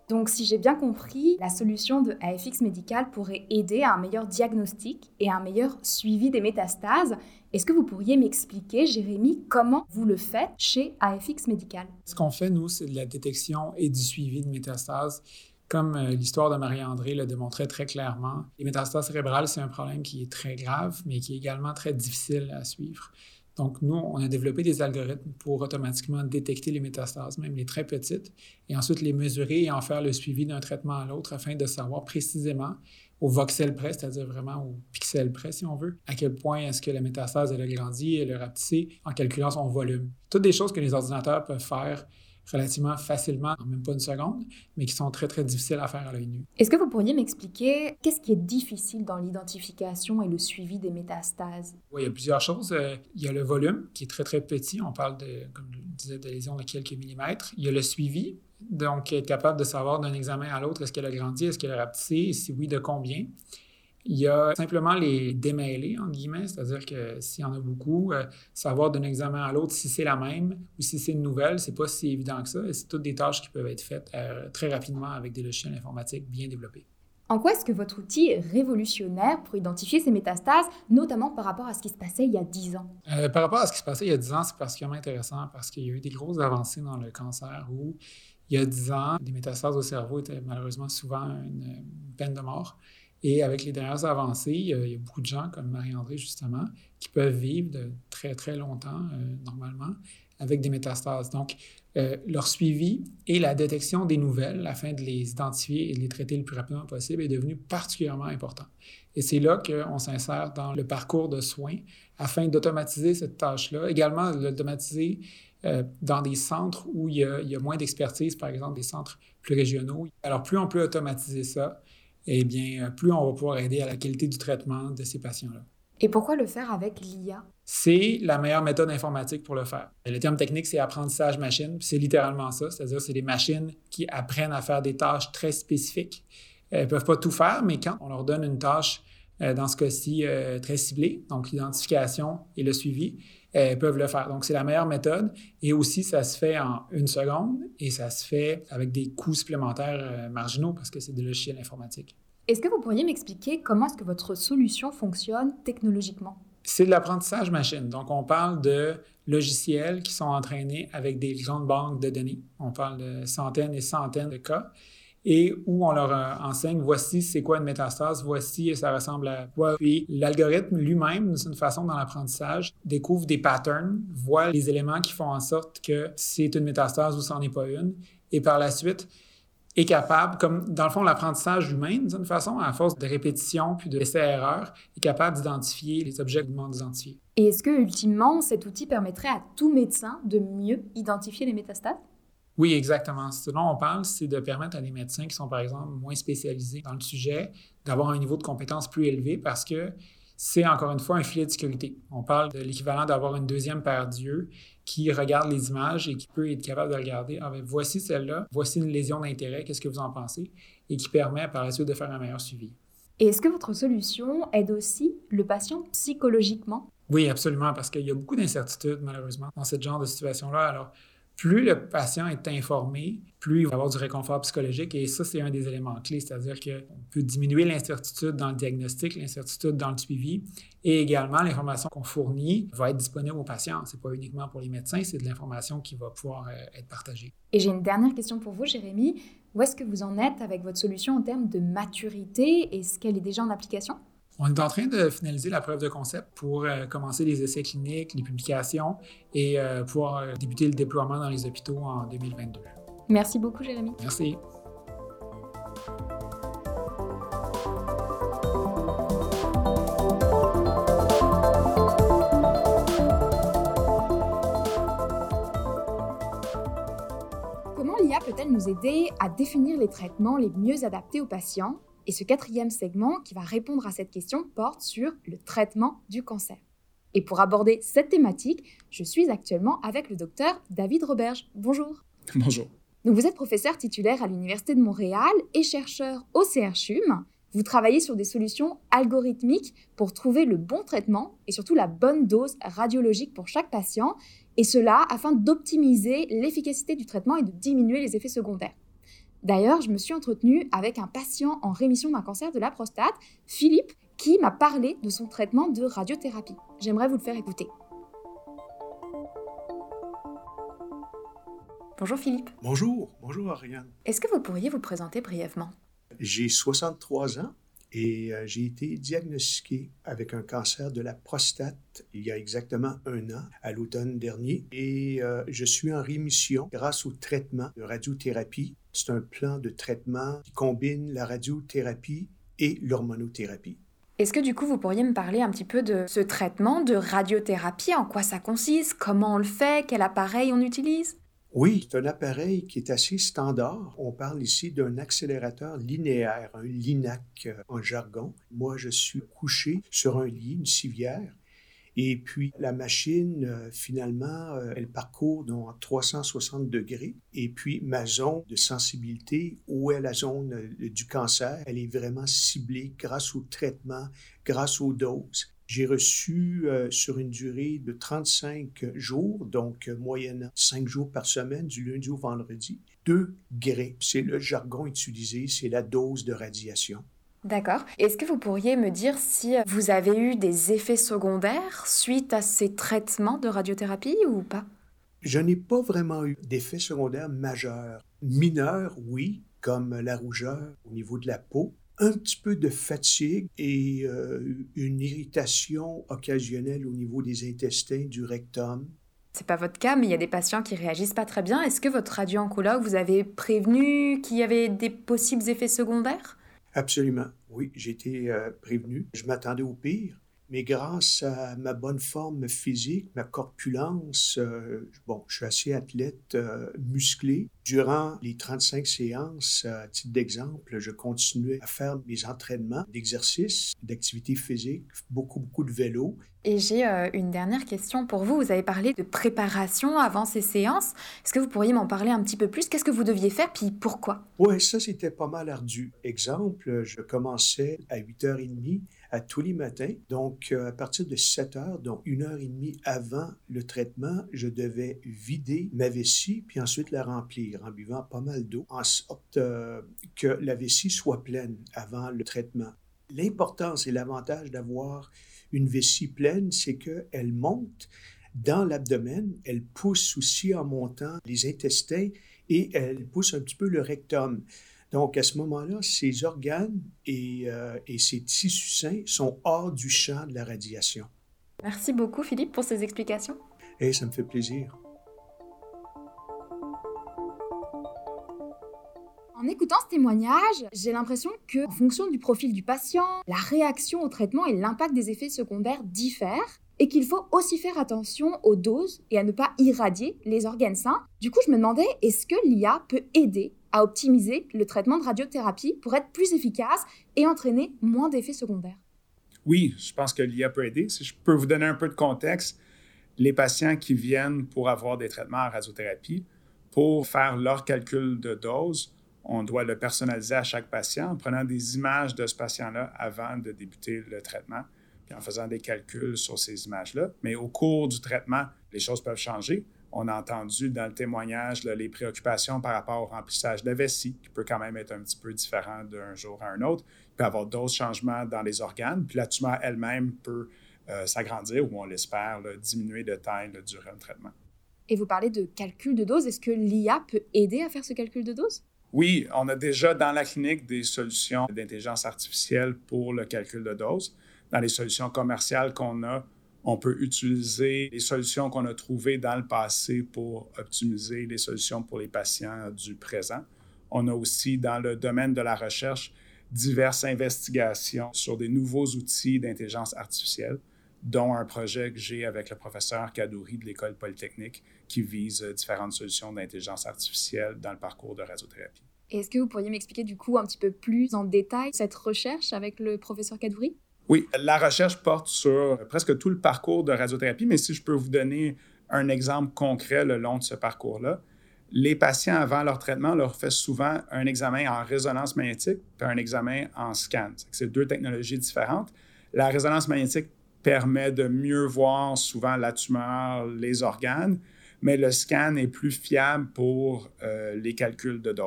Donc, si j'ai bien compris, la solution de A F X Médical pourrait aider à un meilleur diagnostic et à un meilleur suivi des métastases. Est-ce que vous pourriez m'expliquer, Jérémy, comment vous le faites chez A F X Médical? Ce qu'on fait, nous, c'est de la détection et du suivi de métastases. Comme euh, l'histoire de Marie-André le démontrait très clairement, les métastases cérébrales, c'est un problème qui est très grave, mais qui est également très difficile à suivre. Donc, nous, on a développé des algorithmes pour automatiquement détecter les métastases, même les très petites, et ensuite les mesurer et en faire le suivi d'un traitement à l'autre afin de savoir précisément, au voxel près, c'est-à-dire vraiment au pixel près, si on veut, à quel point est-ce que la métastase, elle a grandi, elle a rapetissé, en calculant son volume. Toutes des choses que les ordinateurs peuvent faire relativement facilement, en même pas une seconde, mais qui sont très, très difficiles à faire à l'œil nu. Est-ce que vous pourriez m'expliquer qu'est-ce qui est difficile dans l'identification et le suivi des métastases? Oui, il y a plusieurs choses. Il y a le volume, qui est très, très petit. On parle, de, comme je disais, de lésions de quelques millimètres. Il y a le suivi, donc être capable de savoir d'un examen à l'autre, est-ce qu'elle a grandi, est-ce qu'elle a rapetissé, et si oui, de combien. Il y a simplement les démêler, entre guillemets, c'est-à-dire que s'il y en a beaucoup, euh, savoir d'un examen à l'autre si c'est la même ou si c'est une nouvelle, c'est pas si évident que ça. Et c'est toutes des tâches qui peuvent être faites euh, très rapidement avec des logiciels informatiques bien développés. En quoi est-ce que votre outil est révolutionnaire pour identifier ces métastases, notamment par rapport à ce qui se passait il y a dix ans? Euh, par rapport à ce qui se passait il y a dix ans, c'est particulièrement intéressant parce qu'il y a eu des grosses avancées dans le cancer où, il y a dix ans, des métastases au cerveau étaient malheureusement souvent une, une peine de mort. Et avec les dernières avancées, il y a, il y a beaucoup de gens, comme Marie-André justement, qui peuvent vivre de très, très longtemps, euh, normalement, avec des métastases. Donc, euh, leur suivi et la détection des nouvelles, afin de les identifier et de les traiter le plus rapidement possible, est devenu particulièrement important. Et c'est là qu'on s'insère dans le parcours de soins, afin d'automatiser cette tâche-là. Également, l'automatiser euh, dans des centres où il y a, il y a moins d'expertise, par exemple, des centres plus régionaux. Alors, plus on peut automatiser ça, eh bien, plus on va pouvoir aider à la qualité du traitement de ces patients-là. Et pourquoi le faire avec l'I A? C'est la meilleure méthode informatique pour le faire. Le terme technique, c'est apprentissage machine, puis c'est littéralement ça, c'est-à-dire c'est des machines qui apprennent à faire des tâches très spécifiques. Elles ne peuvent pas tout faire, mais quand on leur donne une tâche, euh, dans ce cas-ci, euh, très ciblée, donc l'identification et le suivi, elles peuvent le faire. Donc, c'est la meilleure méthode. Et aussi, ça se fait en une seconde et ça se fait avec des coûts supplémentaires euh, marginaux parce que c'est des logiciels informatiques. Est-ce que vous pourriez m'expliquer comment est-ce que votre solution fonctionne technologiquement? C'est de l'apprentissage machine. Donc, on parle de logiciels qui sont entraînés avec des grandes banques de données. On parle de centaines et centaines de cas. Et où on leur euh, enseigne, voici c'est quoi une métastase, voici ça ressemble à quoi. Puis l'algorithme lui-même, d'une façon dans l'apprentissage, découvre des patterns, voit les éléments qui font en sorte que c'est une métastase ou c'en est pas une, et par la suite est capable, comme dans le fond l'apprentissage humain, d'une façon, à force de répétition puis de essais-erreurs, est capable d'identifier les objets qu'il demande d'identifier. Et est-ce que, ultimement, cet outil permettrait à tout médecin de mieux identifier les métastases? Oui, exactement. Ce dont on parle, c'est de permettre à des médecins qui sont, par exemple, moins spécialisés dans le sujet d'avoir un niveau de compétence plus élevé parce que c'est, encore une fois, un filet de sécurité. On parle de l'équivalent d'avoir une deuxième paire d'yeux qui regarde les images et qui peut être capable de regarder. Ah, bien, voici celle-là, voici une lésion d'intérêt, qu'est-ce que vous en pensez? Et qui permet par la suite de faire un meilleur suivi. Et est-ce que votre solution aide aussi le patient psychologiquement? Oui, absolument, parce qu'il y a beaucoup d'incertitudes, malheureusement, dans ce genre de situation-là. Alors, plus le patient est informé, plus il va avoir du réconfort psychologique. Et ça, c'est un des éléments clés. C'est-à-dire qu'on peut diminuer l'incertitude dans le diagnostic, l'incertitude dans le suivi. Et également, l'information qu'on fournit va être disponible aux patients. Ce n'est pas uniquement pour les médecins, c'est de l'information qui va pouvoir être partagée. Et j'ai une dernière question pour vous, Jérémy. Où est-ce que vous en êtes avec votre solution en termes de maturité? Est-ce qu'elle est déjà en application? On est en train de finaliser la preuve de concept pour euh, commencer les essais cliniques, les publications et euh, pouvoir euh, débuter le déploiement dans les hôpitaux en deux mille vingt-deux. Merci beaucoup, Jérémy. Merci. Comment l'I A peut-elle nous aider à définir les traitements les mieux adaptés aux patients? Et ce quatrième segment qui va répondre à cette question porte sur le traitement du cancer. Et pour aborder cette thématique, je suis actuellement avec le docteur David Roberge. Bonjour. Bonjour. Donc vous êtes professeur titulaire à l'Université de Montréal et chercheur au C H U M. Vous travaillez sur des solutions algorithmiques pour trouver le bon traitement et surtout la bonne dose radiologique pour chaque patient, et cela afin d'optimiser l'efficacité du traitement et de diminuer les effets secondaires. D'ailleurs, je me suis entretenue avec un patient en rémission d'un cancer de la prostate, Philippe, qui m'a parlé de son traitement de radiothérapie. J'aimerais vous le faire écouter. Bonjour Philippe. Bonjour, bonjour Ariane. Est-ce que vous pourriez vous présenter brièvement? J'ai soixante-trois ans et euh, j'ai été diagnostiqué avec un cancer de la prostate il y a exactement un an, à l'automne dernier, et euh, je suis en rémission grâce au traitement de radiothérapie. C'est un plan de traitement qui combine la radiothérapie et l'hormonothérapie. Est-ce que du coup, vous pourriez me parler un petit peu de ce traitement de radiothérapie, en quoi ça consiste, comment on le fait, quel appareil on utilise? Oui, c'est un appareil qui est assez standard. On parle ici d'un accélérateur linéaire, un LINAC en jargon. Moi, je suis couché sur un lit, une civière, et puis la machine, euh, finalement, euh, elle parcourt dans trois cent soixante degrés. Et puis ma zone de sensibilité, où est la zone euh, du cancer, elle est vraiment ciblée grâce au traitement, grâce aux doses. J'ai reçu euh, sur une durée de trente-cinq jours, donc euh, moyennant cinq jours par semaine, du lundi au vendredi, deux grès. C'est le jargon utilisé, c'est la dose de radiation. D'accord. Est-ce que vous pourriez me dire si vous avez eu des effets secondaires suite à ces traitements de radiothérapie ou pas? Je n'ai pas vraiment eu d'effets secondaires majeurs. Mineurs, oui, comme la rougeur au niveau de la peau. Un petit peu de fatigue et euh, une irritation occasionnelle au niveau des intestins, du rectum. C'est pas votre cas, mais il y a des patients qui réagissent pas très bien. Est-ce que votre radio-oncologue vous avait prévenu qu'il y avait des possibles effets secondaires? Absolument, oui, j'ai été euh, prévenu. Je m'attendais au pire, mais grâce à ma bonne forme physique, ma corpulence, euh, bon, je suis assez athlète, euh, musclé. Durant les trente-cinq séances, à titre d'exemple, je continuais à faire mes entraînements d'exercice, d'activité physique, beaucoup, beaucoup de vélo. Et j'ai euh, une dernière question pour vous. Vous avez parlé de préparation avant ces séances. Est-ce que vous pourriez m'en parler un petit peu plus? Qu'est-ce que vous deviez faire, puis pourquoi? Oui, ça, c'était pas mal ardu. Exemple, je commençais à huit heures trente à tous les matins. Donc, euh, à partir de sept heures, donc une heure trente avant le traitement, je devais vider ma vessie, puis ensuite la remplir en buvant pas mal d'eau, en sorte euh, que la vessie soit pleine avant le traitement. L'importance et l'avantage d'avoir une vessie pleine, c'est qu'elle monte dans l'abdomen, elle pousse aussi en montant les intestins et elle pousse un petit peu le rectum. Donc, à ce moment-là, ces organes et, euh, et ces tissus sains sont hors du champ de la radiation. Merci beaucoup, Philippe, pour ces explications. Et ça me fait plaisir. En écoutant ce témoignage, j'ai l'impression que, en fonction du profil du patient, la réaction au traitement et l'impact des effets secondaires diffèrent et qu'il faut aussi faire attention aux doses et à ne pas irradier les organes sains. Du coup, je me demandais, est-ce que l'I A peut aider à optimiser le traitement de radiothérapie pour être plus efficace et entraîner moins d'effets secondaires? Oui, je pense que l'I A peut aider. Si je peux vous donner un peu de contexte, les patients qui viennent pour avoir des traitements en radiothérapie, pour faire leur calcul de dose, on doit le personnaliser à chaque patient en prenant des images de ce patient-là avant de débuter le traitement, puis en faisant des calculs sur ces images-là. Mais au cours du traitement, les choses peuvent changer. On a entendu dans le témoignage là, les préoccupations par rapport au remplissage de la vessie, qui peut quand même être un petit peu différent d'un jour à un autre. Il peut y avoir d'autres changements dans les organes, puis la tumeur elle-même peut euh, s'agrandir ou on l'espère là, diminuer de taille là, durant le traitement. Et vous parlez de calcul de dose. Est-ce que l'I A peut aider à faire ce calcul de dose? Oui, on a déjà dans la clinique des solutions d'intelligence artificielle pour le calcul de dose. Dans les solutions commerciales qu'on a, on peut utiliser les solutions qu'on a trouvées dans le passé pour optimiser les solutions pour les patients du présent. On a aussi, dans le domaine de la recherche, diverses investigations sur des nouveaux outils d'intelligence artificielle, dont un projet que j'ai avec le professeur Kadouri de l'École polytechnique qui vise différentes solutions d'intelligence artificielle dans le parcours de radiothérapie. Est-ce que vous pourriez m'expliquer du coup un petit peu plus en détail cette recherche avec le professeur Kadouri? Oui, la recherche porte sur presque tout le parcours de radiothérapie, mais si je peux vous donner un exemple concret le long de ce parcours-là, les patients, avant leur traitement, leur fait souvent un examen en résonance magnétique puis un examen en scan. C'est deux technologies différentes. La résonance magnétique permet de mieux voir souvent la tumeur, les organes, mais le scan est plus fiable pour euh, les calculs de dose.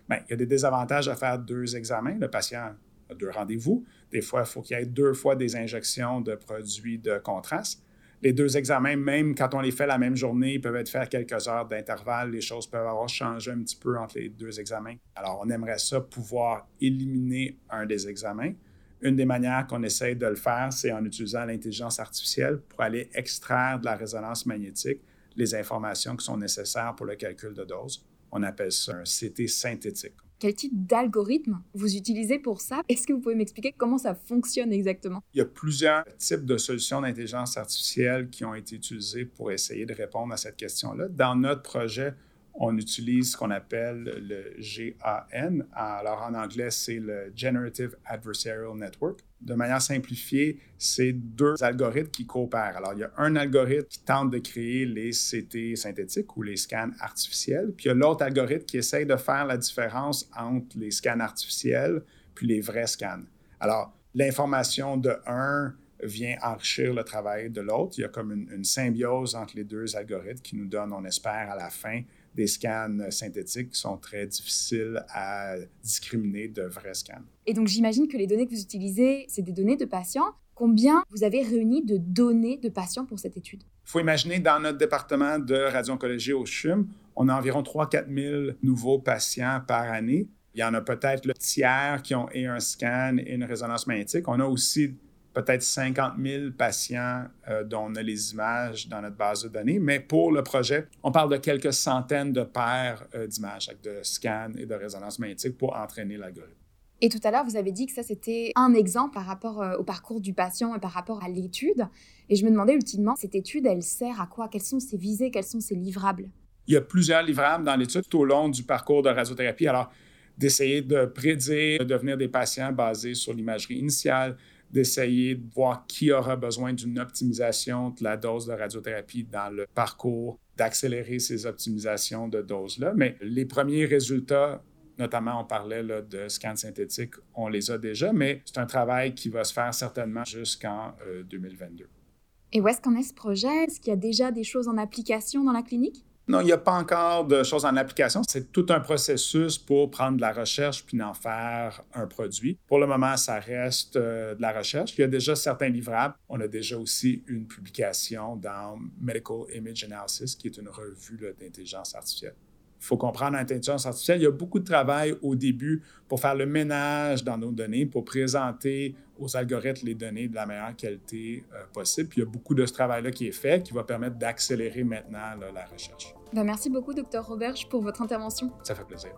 Bien, il y a des désavantages à faire deux examens. Le patient a deux rendez-vous. Des fois, il faut qu'il y ait deux fois des injections de produits de contraste. Les deux examens, même quand on les fait la même journée, ils peuvent être faits à quelques heures d'intervalle. Les choses peuvent avoir changé un petit peu entre les deux examens. Alors, on aimerait ça pouvoir éliminer un des examens. Une des manières qu'on essaie de le faire, c'est en utilisant l'intelligence artificielle pour aller extraire de la résonance magnétique les informations qui sont nécessaires pour le calcul de dose. On appelle ça un C T synthétique. Quel type d'algorithme vous utilisez pour ça? Est-ce que vous pouvez m'expliquer comment ça fonctionne exactement? Il y a plusieurs types de solutions d'intelligence artificielle qui ont été utilisées pour essayer de répondre à cette question-là. Dans notre projet, on utilise ce qu'on appelle le G A N. Alors, en anglais, c'est le Generative Adversarial Network. De manière simplifiée, c'est deux algorithmes qui coopèrent. Alors, il y a un algorithme qui tente de créer les C T synthétiques ou les scans artificiels, puis il y a l'autre algorithme qui essaye de faire la différence entre les scans artificiels puis les vrais scans. Alors, l'information de un vient enrichir le travail de l'autre. Il y a comme une, une symbiose entre les deux algorithmes qui nous donne, on espère, à la fin, des scans synthétiques qui sont très difficiles à discriminer de vrais scans. Et donc, j'imagine que les données que vous utilisez, c'est des données de patients. Combien vous avez réuni de données de patients pour cette étude? Il faut imaginer, dans notre département de radio-oncologie au C H U M, on a environ trois à quatre mille nouveaux patients par année. Il y en a peut-être le tiers qui ont et un scan et une résonance magnétique. On a aussi peut-être cinquante mille patients euh, dont on a les images dans notre base de données. Mais pour le projet, on parle de quelques centaines de paires euh, d'images, avec de scans et de résonance magnétique pour entraîner l'algorithme. Et tout à l'heure, vous avez dit que ça, c'était un exemple par rapport euh, au parcours du patient et par rapport à l'étude. Et je me demandais ultimement, cette étude, elle sert à quoi? Quelles sont ses visées? Quels sont ses livrables? Il y a plusieurs livrables dans l'étude tout au long du parcours de radiothérapie. Alors, d'essayer de prédire le devenir des patients basés sur l'imagerie initiale, d'essayer de voir qui aura besoin d'une optimisation de la dose de radiothérapie dans le parcours, d'accélérer ces optimisations de doses-là. Mais les premiers résultats, notamment on parlait là, de scans synthétiques, on les a déjà, mais c'est un travail qui va se faire certainement jusqu'en euh, deux mille vingt-deux. Et où est-ce qu'en est ce projet? Est-ce qu'il y a déjà des choses en application dans la clinique? Non, il n'y a pas encore de choses en application. C'est tout un processus pour prendre de la recherche puis en faire un produit. Pour le moment, ça reste euh, de la recherche. Il y a déjà certains livrables. On a déjà aussi une publication dans Medical Image Analysis, qui est une revue là, d'intelligence artificielle. Il faut comprendre l'intelligence artificielle. Il y a beaucoup de travail au début pour faire le ménage dans nos données, pour présenter aux algorithmes les données de la meilleure qualité euh, possible. Puis il y a beaucoup de ce travail-là qui est fait, qui va permettre d'accélérer maintenant là, la recherche. Ben, merci beaucoup, docteur Roberge, pour votre intervention. Ça fait plaisir.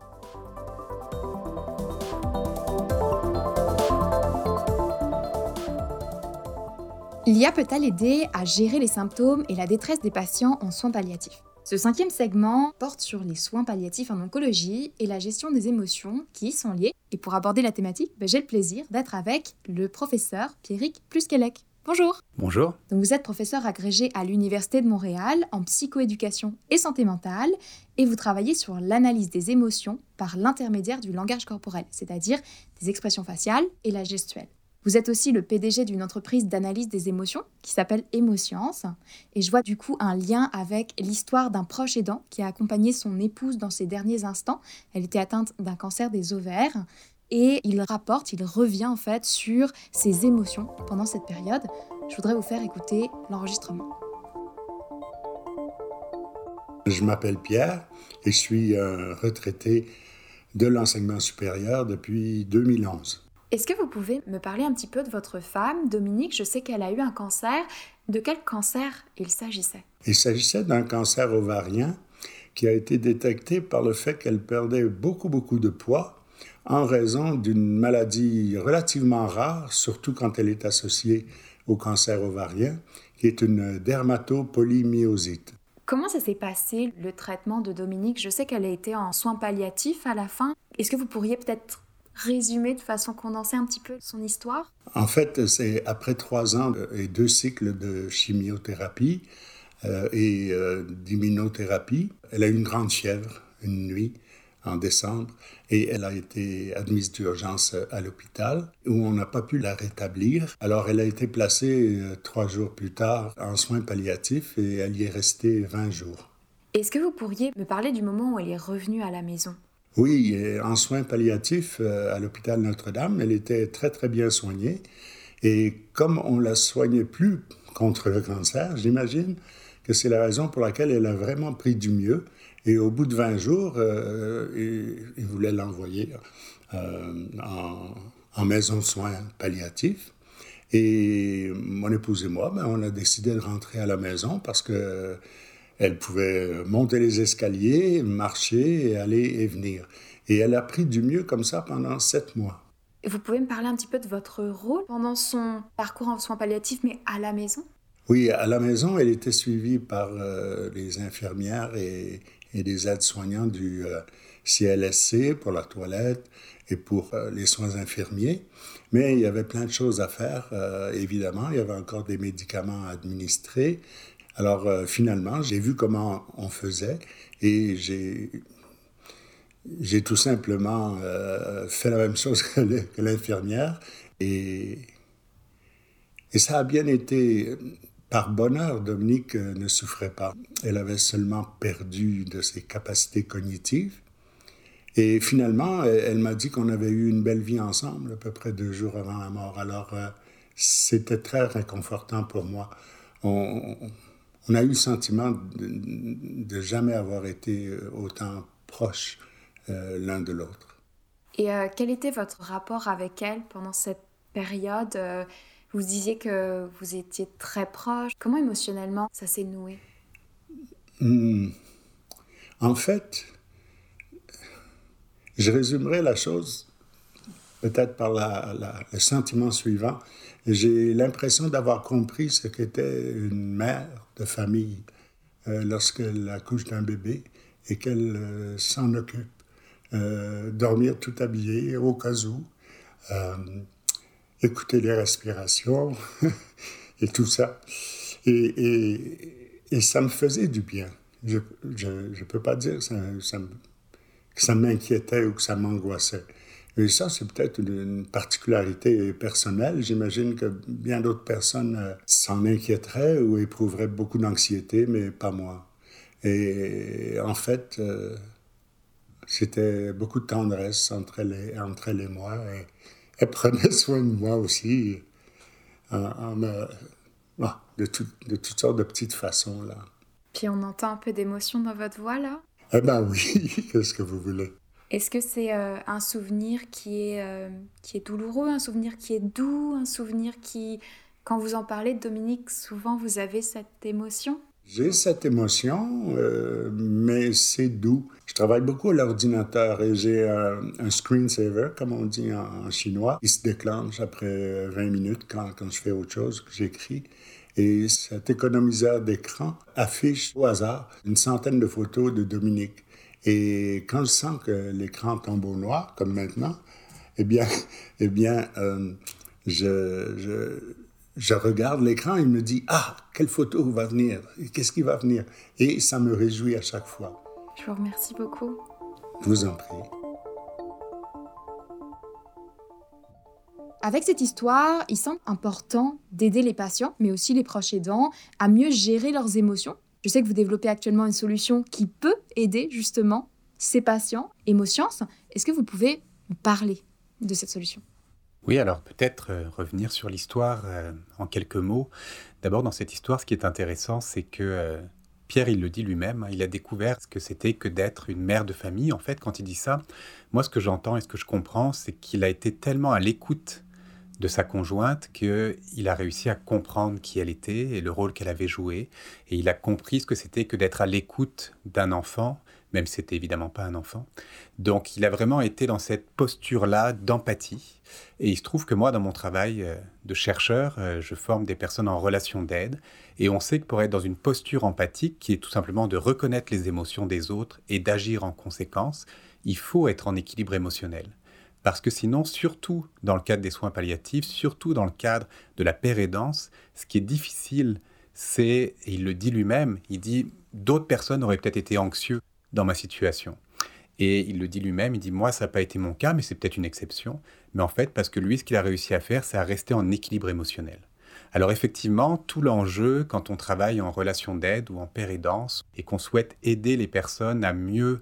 L'I A peut-elle aider à gérer les symptômes et la détresse des patients en soins palliatifs? Ce cinquième segment porte sur les soins palliatifs en oncologie et la gestion des émotions qui y sont liées. Et pour aborder la thématique, ben j'ai le plaisir d'être avec le professeur Pierrick Plusquelec. Bonjour. Bonjour. Donc vous êtes professeur agrégé à l'Université de Montréal en psychoéducation et santé mentale et vous travaillez sur l'analyse des émotions par l'intermédiaire du langage corporel, c'est-à-dire des expressions faciales et la gestuelle. Vous êtes aussi le P D G d'une entreprise d'analyse des émotions qui s'appelle Émoscience. Et je vois du coup un lien avec l'histoire d'un proche aidant qui a accompagné son épouse dans ses derniers instants. Elle était atteinte d'un cancer des ovaires. Et il rapporte, il revient en fait sur ses émotions pendant cette période. Je voudrais vous faire écouter l'enregistrement. Je m'appelle Pierre et je suis un retraité de l'enseignement supérieur depuis deux mille onze. Est-ce que vous pouvez me parler un petit peu de votre femme, Dominique? Je sais qu'elle a eu un cancer. De quel cancer il s'agissait? Il s'agissait d'un cancer ovarien qui a été détecté par le fait qu'elle perdait beaucoup, beaucoup de poids en raison d'une maladie relativement rare, surtout quand elle est associée au cancer ovarien, qui est une dermatopolymyosite. Comment ça s'est passé, le traitement de Dominique? Je sais qu'elle a été en soins palliatifs à la fin. Est-ce que vous pourriez peut-être résumer de façon condensée un petit peu son histoire? En fait, c'est après trois ans et deux cycles de chimiothérapie euh, et euh, d'immunothérapie. Elle a eu une grande fièvre une nuit en décembre et elle a été admise d'urgence à l'hôpital où on n'a pas pu la rétablir. Alors elle a été placée euh, trois jours plus tard en soins palliatifs et elle y est restée vingt jours. Est-ce que vous pourriez me parler du moment où elle est revenue à la maison? Oui, en soins palliatifs à l'hôpital Notre-Dame, elle était très, très bien soignée. Et comme on ne la soignait plus contre le cancer, j'imagine que c'est la raison pour laquelle elle a vraiment pris du mieux. Et au bout de vingt jours, euh, il, il voulait l'envoyer euh, en, en maison de soins palliatifs. Et mon épouse et moi, ben, on a décidé de rentrer à la maison parce qu'elle pouvait monter les escaliers, marcher, aller et venir. Et elle a pris du mieux comme ça pendant sept mois. Vous pouvez me parler un petit peu de votre rôle pendant son parcours en soins palliatifs, mais à la maison? Oui, à la maison, elle était suivie par euh, les infirmières et, et des aides-soignants du euh, C L S C pour la toilette et pour euh, les soins infirmiers. Mais il y avait plein de choses à faire, euh, évidemment. Il y avait encore des médicaments à administrer. Alors, euh, finalement, j'ai vu comment on faisait et j'ai... J'ai tout simplement euh, fait la même chose que, le, que l'infirmière et, et ça a bien été. Par bonheur, Dominique ne souffrait pas. Elle avait seulement perdu de ses capacités cognitives. Et finalement, elle m'a dit qu'on avait eu une belle vie ensemble, à peu près deux jours avant la mort. Alors, euh, c'était très réconfortant pour moi. On, on a eu le sentiment de, de jamais avoir été autant proches Euh, l'un de l'autre. Et euh, quel était votre rapport avec elle pendant cette période? euh, Vous disiez que vous étiez très proches. Comment émotionnellement ça s'est noué? Mmh. En fait, je résumerai la chose peut-être par la, la, le sentiment suivant. J'ai l'impression d'avoir compris ce qu'était une mère de famille euh, lorsqu'elle accouche d'un bébé et qu'elle euh, s'en occupe. Euh, dormir tout habillé au cas où, euh, écouter les respirations et tout ça. Et, et, et ça me faisait du bien. Je ne peux pas dire que ça, ça, que ça m'inquiétait ou que ça m'angoissait. Et ça, c'est peut-être une, une particularité personnelle. J'imagine que bien d'autres personnes euh, s'en inquiéteraient ou éprouveraient beaucoup d'anxiété, mais pas moi. Et en fait... Euh, C'était beaucoup de tendresse entre elle et, entre elle et moi. Et elle prenait soin de moi aussi, en, en me, ah, de, tout, de toutes sortes de petites façons. Là. Puis on entend un peu d'émotion dans votre voix, là? Eh bien oui, qu'est-ce que vous voulez? Est-ce que c'est euh, un souvenir qui est, euh, qui est douloureux, un souvenir qui est doux, un souvenir qui... Quand vous en parlez, Dominique, souvent vous avez cette émotion? J'ai cette émotion, euh, mais c'est doux. Je travaille beaucoup à l'ordinateur et j'ai un, un screensaver, comme on dit en, en chinois. Il se déclenche après vingt minutes quand, quand je fais autre chose, que j'écris. Et cet économiseur d'écran affiche au hasard une centaine de photos de Dominique. Et quand je sens que l'écran tombe au noir, comme maintenant, eh bien, eh bien euh, je... je Je regarde l'écran et il me dit « Ah, quelle photo va venir? Qu'est-ce qui va venir ?» Et ça me réjouit à chaque fois. Je vous remercie beaucoup. Je vous en prie. Avec cette histoire, il semble important d'aider les patients, mais aussi les proches aidants, à mieux gérer leurs émotions. Je sais que vous développez actuellement une solution qui peut aider justement ces patients. Émoscience, est-ce que vous pouvez me parler de cette solution? Oui, alors peut-être euh, revenir sur l'histoire euh, en quelques mots. D'abord, dans cette histoire, ce qui est intéressant, c'est que euh, Pierre, il le dit lui-même, hein, il a découvert ce que c'était que d'être une mère de famille. En fait, quand il dit ça, moi, ce que j'entends et ce que je comprends, c'est qu'il a été tellement à l'écoute de sa conjointe qu'il a réussi à comprendre qui elle était et le rôle qu'elle avait joué. Et il a compris ce que c'était que d'être à l'écoute d'un enfant, même si c'était évidemment pas un enfant. Donc, il a vraiment été dans cette posture-là d'empathie. Et il se trouve que moi, dans mon travail de chercheur, je forme des personnes en relation d'aide. Et on sait que pour être dans une posture empathique, qui est tout simplement de reconnaître les émotions des autres et d'agir en conséquence, il faut être en équilibre émotionnel. Parce que sinon, surtout dans le cadre des soins palliatifs, surtout dans le cadre de la pérédance, ce qui est difficile, c'est, et il le dit lui-même, il dit « d'autres personnes auraient peut-être été anxieux dans ma situation ». Et il le dit lui-même, il dit « moi, ça n'a pas été mon cas, mais c'est peut-être une exception ». Mais en fait, parce que lui, ce qu'il a réussi à faire, c'est à rester en équilibre émotionnel. Alors effectivement, tout l'enjeu, quand on travaille en relation d'aide ou en pérédance, et qu'on souhaite aider les personnes à mieux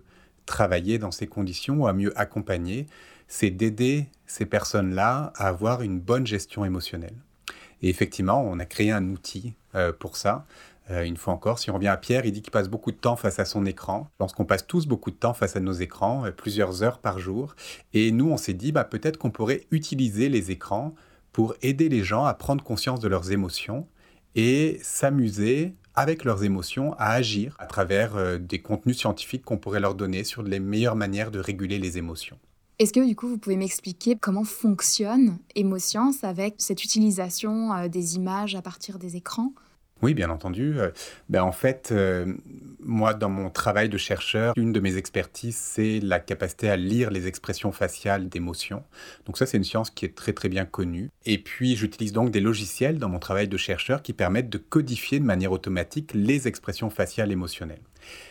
travailler dans ces conditions ou à mieux accompagner, c'est d'aider ces personnes-là à avoir une bonne gestion émotionnelle. Et effectivement, on a créé un outil euh, pour ça. Euh, une fois encore, si on revient à Pierre, il dit qu'il passe beaucoup de temps face à son écran. Je pense qu'on passe tous beaucoup de temps face à nos écrans, euh, plusieurs heures par jour. Et nous, on s'est dit, bah, peut-être qu'on pourrait utiliser les écrans pour aider les gens à prendre conscience de leurs émotions et s'amuser avec leurs émotions à agir à travers euh, des contenus scientifiques qu'on pourrait leur donner sur les meilleures manières de réguler les émotions. Est-ce que du coup, vous pouvez m'expliquer comment fonctionne Émoscience avec cette utilisation euh, des images à partir des écrans ? Oui, bien entendu. Euh, ben, en fait, euh, moi, dans mon travail de chercheur, une de mes expertises, c'est la capacité à lire les expressions faciales d'émotions. Donc ça, c'est une science qui est très, très bien connue. Et puis, j'utilise donc des logiciels dans mon travail de chercheur qui permettent de codifier de manière automatique les expressions faciales émotionnelles.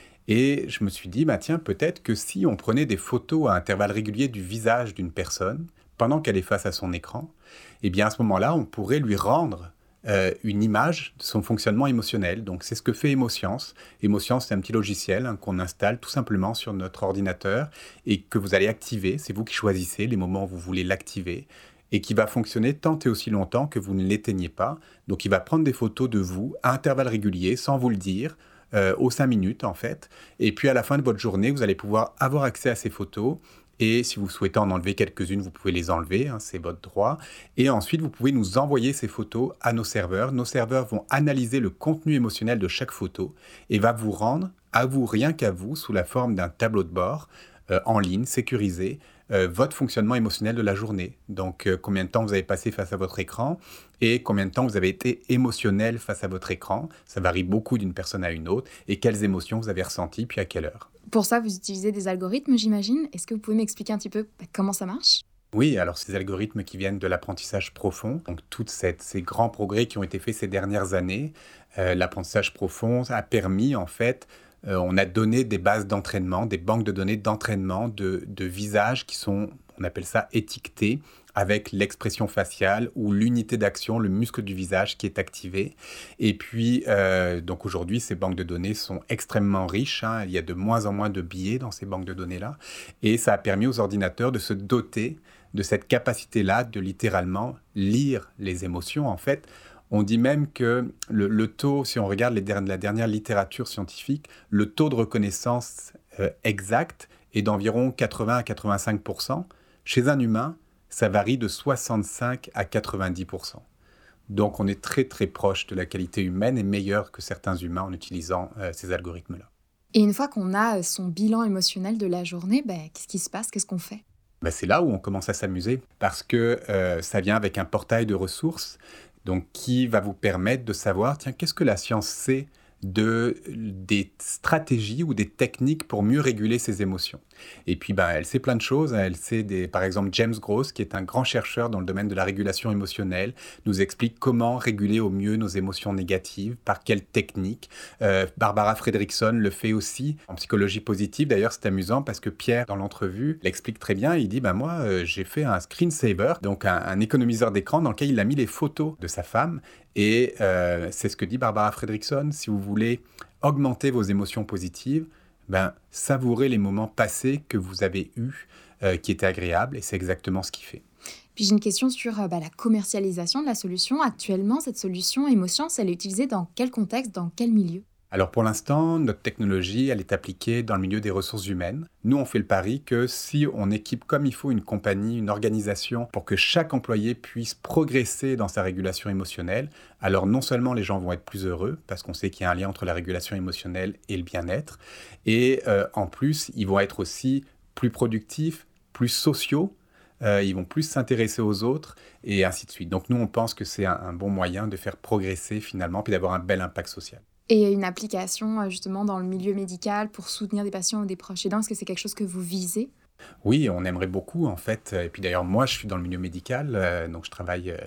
Et je me suis dit, bah, tiens, peut-être que si on prenait des photos à intervalles réguliers du visage d'une personne, pendant qu'elle est face à son écran, eh bien, à ce moment-là, on pourrait lui rendre Euh, une image de son fonctionnement émotionnel. Donc, c'est ce que fait Émoscience. Émoscience, c'est un petit logiciel hein, qu'on installe tout simplement sur notre ordinateur et que vous allez activer. C'est vous qui choisissez les moments où vous voulez l'activer et qui va fonctionner tant et aussi longtemps que vous ne l'éteignez pas. Donc, il va prendre des photos de vous à intervalles réguliers, sans vous le dire, euh, aux cinq minutes en fait. Et puis, à la fin de votre journée, vous allez pouvoir avoir accès à ces photos. Et si vous souhaitez en enlever quelques-unes, vous pouvez les enlever, hein, c'est votre droit. Et ensuite, vous pouvez nous envoyer ces photos à nos serveurs. Nos serveurs vont analyser le contenu émotionnel de chaque photo et va vous rendre, à vous, rien qu'à vous, sous la forme d'un tableau de bord euh, en ligne, sécurisé, euh, votre fonctionnement émotionnel de la journée. Donc, euh, combien de temps vous avez passé face à votre écran et combien de temps vous avez été émotionnel face à votre écran. Ça varie beaucoup d'une personne à une autre. Et quelles émotions vous avez ressenties, puis à quelle heure. Pour ça, vous utilisez des algorithmes, j'imagine. Est-ce que vous pouvez m'expliquer un petit peu comment ça marche ? Oui, alors ces algorithmes qui viennent de l'apprentissage profond, donc tous ces grands progrès qui ont été faits ces dernières années, euh, l'apprentissage profond a permis en fait, euh, on a donné des bases d'entraînement, des banques de données d'entraînement de, de visages qui sont, on appelle ça étiquetés, avec l'expression faciale ou l'unité d'action, le muscle du visage qui est activé. Et puis, euh, donc aujourd'hui, ces banques de données sont extrêmement riches. Hein. Il y a de moins en moins de biais dans ces banques de données-là. Et ça a permis aux ordinateurs de se doter de cette capacité-là de littéralement lire les émotions. En fait, on dit même que le, le taux, si on regarde les der- la dernière littérature scientifique, le taux de reconnaissance euh, exact est d'environ quatre-vingts à quatre-vingt-cinq pour cent. Chez un humain, ça varie de soixante-cinq à quatre-vingt-dix pour cent. Donc, on est très, très proche de la qualité humaine et meilleur que certains humains en utilisant euh, ces algorithmes-là. Et une fois qu'on a son bilan émotionnel de la journée, ben, qu'est-ce qui se passe ? Qu'est-ce qu'on fait ? Ben, c'est là où on commence à s'amuser parce que euh, ça vient avec un portail de ressources donc, qui va vous permettre de savoir, tiens, qu'est-ce que la science sait de, des stratégies ou des techniques pour mieux réguler ses émotions. Et puis, ben, elle sait plein de choses. Elle sait, des, par exemple, James Gross, qui est un grand chercheur dans le domaine de la régulation émotionnelle, nous explique comment réguler au mieux nos émotions négatives, par quelle technique. Euh, Barbara Fredrickson le fait aussi en psychologie positive. D'ailleurs, c'est amusant parce que Pierre, dans l'entrevue, l'explique très bien. Il dit, ben, moi, euh, j'ai fait un screensaver, donc un, un économiseur d'écran dans lequel il a mis les photos de sa femme. Et euh, c'est ce que dit Barbara Fredrickson. Si vous voulez augmenter vos émotions positives, ben, savourez les moments passés que vous avez eus, euh, qui étaient agréables, et c'est exactement ce qu'il fait. Puis j'ai une question sur euh, bah, la commercialisation de la solution. Actuellement, cette solution Émoscience, elle est utilisée dans quel contexte, dans quel milieu ? Alors pour l'instant, notre technologie, elle est appliquée dans le milieu des ressources humaines. Nous, on fait le pari que si on équipe comme il faut une compagnie, une organisation, pour que chaque employé puisse progresser dans sa régulation émotionnelle, alors non seulement les gens vont être plus heureux, parce qu'on sait qu'il y a un lien entre la régulation émotionnelle et le bien-être, et euh, en plus, ils vont être aussi plus productifs, plus sociaux, euh, ils vont plus s'intéresser aux autres, et ainsi de suite. Donc nous, on pense que c'est un, un bon moyen de faire progresser finalement, puis d'avoir un bel impact social. Et une application justement dans le milieu médical pour soutenir des patients ou des proches aidants, est-ce que c'est quelque chose que vous visez ? Oui, on aimerait beaucoup en fait. Et puis d'ailleurs, moi, je suis dans le milieu médical, euh, donc je travaille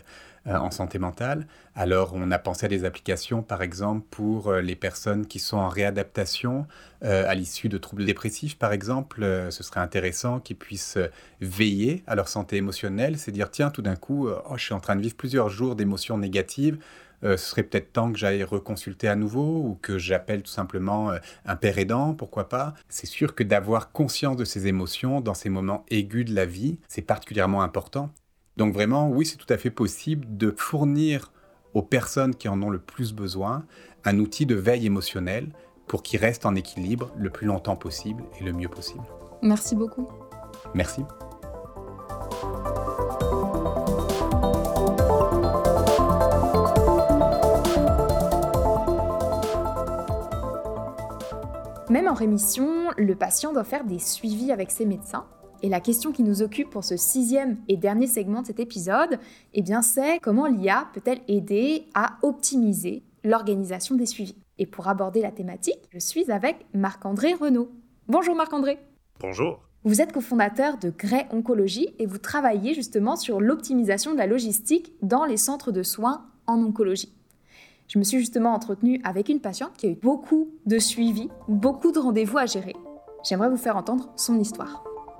euh, en santé mentale. Alors, on a pensé à des applications, par exemple, pour euh, les personnes qui sont en réadaptation euh, à l'issue de troubles dépressifs, par exemple. Euh, ce serait intéressant qu'ils puissent euh, veiller à leur santé émotionnelle, c'est dire, tiens, tout d'un coup, euh, oh, je suis en train de vivre plusieurs jours d'émotions négatives. Euh, ce serait peut-être temps que j'aille reconsulter à nouveau ou que j'appelle tout simplement euh, un père aidant, pourquoi pas. C'est sûr que d'avoir conscience de ces émotions dans ces moments aigus de la vie, c'est particulièrement important. Donc vraiment, oui, c'est tout à fait possible de fournir aux personnes qui en ont le plus besoin un outil de veille émotionnelle pour qu'ils restent en équilibre le plus longtemps possible et le mieux possible. Merci beaucoup. Merci. Même en rémission, le patient doit faire des suivis avec ses médecins. Et la question qui nous occupe pour ce sixième et dernier segment de cet épisode, eh bien c'est comment l'I A peut-elle aider à optimiser l'organisation des suivis. Et pour aborder la thématique, je suis avec Marc-André Renaud. Bonjour Marc-André. Bonjour. Vous êtes cofondateur de Grey Oncologie et vous travaillez justement sur l'optimisation de la logistique dans les centres de soins en oncologie. Je me suis justement entretenue avec une patiente qui a eu beaucoup de suivis, beaucoup de rendez-vous à gérer. J'aimerais vous faire entendre son histoire.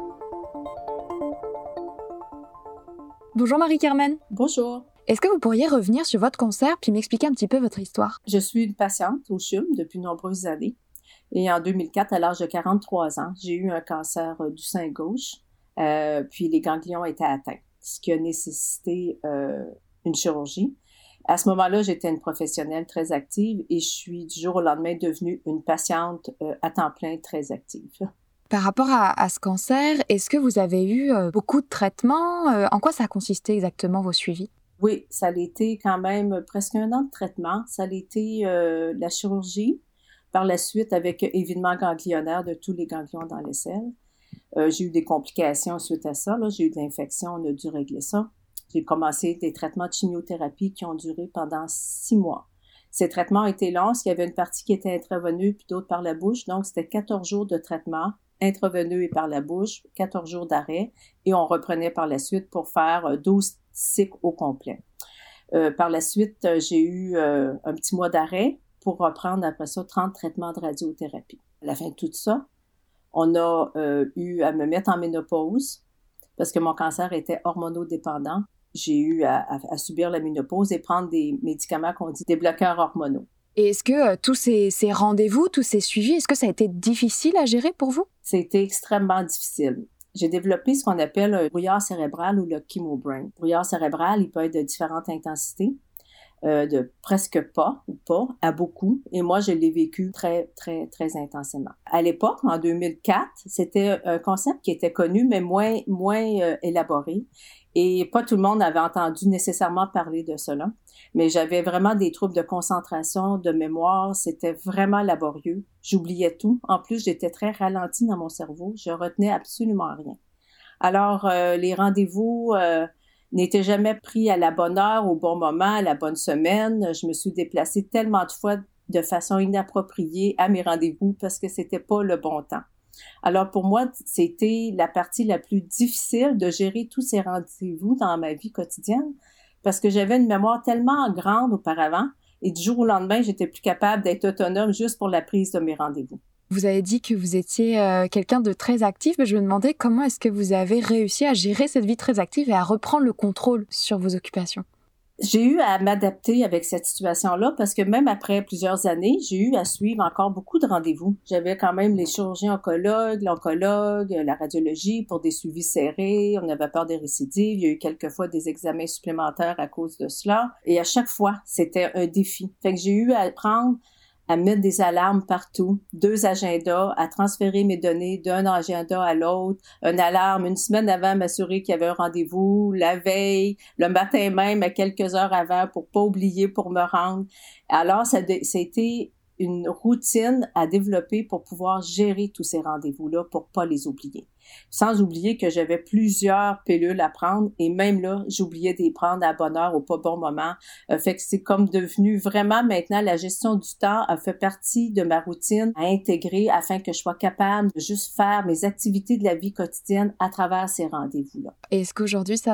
Bonjour Marie-Carmen. Bonjour. Est-ce que vous pourriez revenir sur votre cancer puis m'expliquer un petit peu votre histoire? Je suis une patiente au C H U M depuis de nombreuses années. Et en deux mille quatre, à l'âge de quarante-trois ans, j'ai eu un cancer du sein gauche, euh, puis les ganglions étaient atteints, ce qui a nécessité euh, une chirurgie. À ce moment-là, j'étais une professionnelle très active et je suis du jour au lendemain devenue une patiente euh, à temps plein très active. Par rapport à, à ce cancer, est-ce que vous avez eu euh, beaucoup de traitements? euh, En quoi ça a consisté exactement vos suivis? Oui, ça a été quand même presque un an de traitement. Ça a été euh, la chirurgie, par la suite avec évidemment ganglionnaire de tous les ganglions dans l'aisselle. Euh, j'ai eu des complications suite à ça. Là. J'ai eu de l'infection, on a dû régler ça. J'ai commencé des traitements de chimiothérapie qui ont duré pendant six mois. Ces traitements ont été longs, parce qu'il y avait une partie qui était intraveineux puis d'autres par la bouche. Donc, c'était quatorze jours de traitement intraveineux et par la bouche, quatorze jours d'arrêt, et on reprenait par la suite pour faire douze cycles au complet. Euh, par la suite, j'ai eu euh, un petit mois d'arrêt pour reprendre après ça trente traitements de radiothérapie. À la fin de tout ça, on a euh, eu à me mettre en ménopause parce que mon cancer était hormonodépendant. J'ai eu à, à, à subir la ménopause et prendre des médicaments qu'on dit des bloqueurs hormonaux. Et est-ce que euh, tous ces, ces rendez-vous, tous ces suivis, est-ce que ça a été difficile à gérer pour vous? C'était extrêmement difficile. J'ai développé ce qu'on appelle un brouillard cérébral ou le chemobrain. Le brouillard cérébral, il peut être de différentes intensités, euh, de presque pas ou pas à beaucoup. Et moi, je l'ai vécu très, très, très intensément. À l'époque, en deux mille quatre, c'était un concept qui était connu, mais moins, moins euh, élaboré. Et pas tout le monde avait entendu nécessairement parler de cela. Mais j'avais vraiment des troubles de concentration, de mémoire. C'était vraiment laborieux. J'oubliais tout. En plus, j'étais très ralentie dans mon cerveau. Je retenais absolument rien. Alors, euh, les rendez-vous euh, n'étaient jamais pris à la bonne heure, au bon moment, à la bonne semaine. Je me suis déplacée tellement de fois de façon inappropriée à mes rendez-vous parce que c'était pas le bon temps. Alors, pour moi, c'était la partie la plus difficile de gérer tous ces rendez-vous dans ma vie quotidienne parce que j'avais une mémoire tellement grande auparavant et du jour au lendemain, j'étais plus capable d'être autonome juste pour la prise de mes rendez-vous. Vous avez dit que vous étiez euh, quelqu'un de très actif, mais je me demandais comment est-ce que vous avez réussi à gérer cette vie très active et à reprendre le contrôle sur vos occupations? J'ai eu à m'adapter avec cette situation-là parce que même après plusieurs années, j'ai eu à suivre encore beaucoup de rendez-vous. J'avais quand même les chirurgiens oncologues, l'oncologue, la radiologie pour des suivis serrés. On avait peur des récidives. Il y a eu quelquefois des examens supplémentaires à cause de cela. Et à chaque fois, c'était un défi. Fait que j'ai eu à apprendre à mettre des alarmes partout, deux agendas, à transférer mes données d'un agenda à l'autre, une alarme une semaine avant, m'assurer qu'il y avait un rendez-vous, la veille, le matin même, à quelques heures avant, pour pas oublier, pour me rendre. Alors, ça, ça a été une routine à développer pour pouvoir gérer tous ces rendez-vous-là, pour pas les oublier. Sans oublier que j'avais plusieurs pilules à prendre et même là, j'oubliais de les prendre à bonne heure au pas bon moment. Euh, fait que c'est comme devenu vraiment maintenant la gestion du temps a fait partie de ma routine à intégrer afin que je sois capable de juste faire mes activités de la vie quotidienne à travers ces rendez-vous-là. Est-ce qu'aujourd'hui ça va mieux?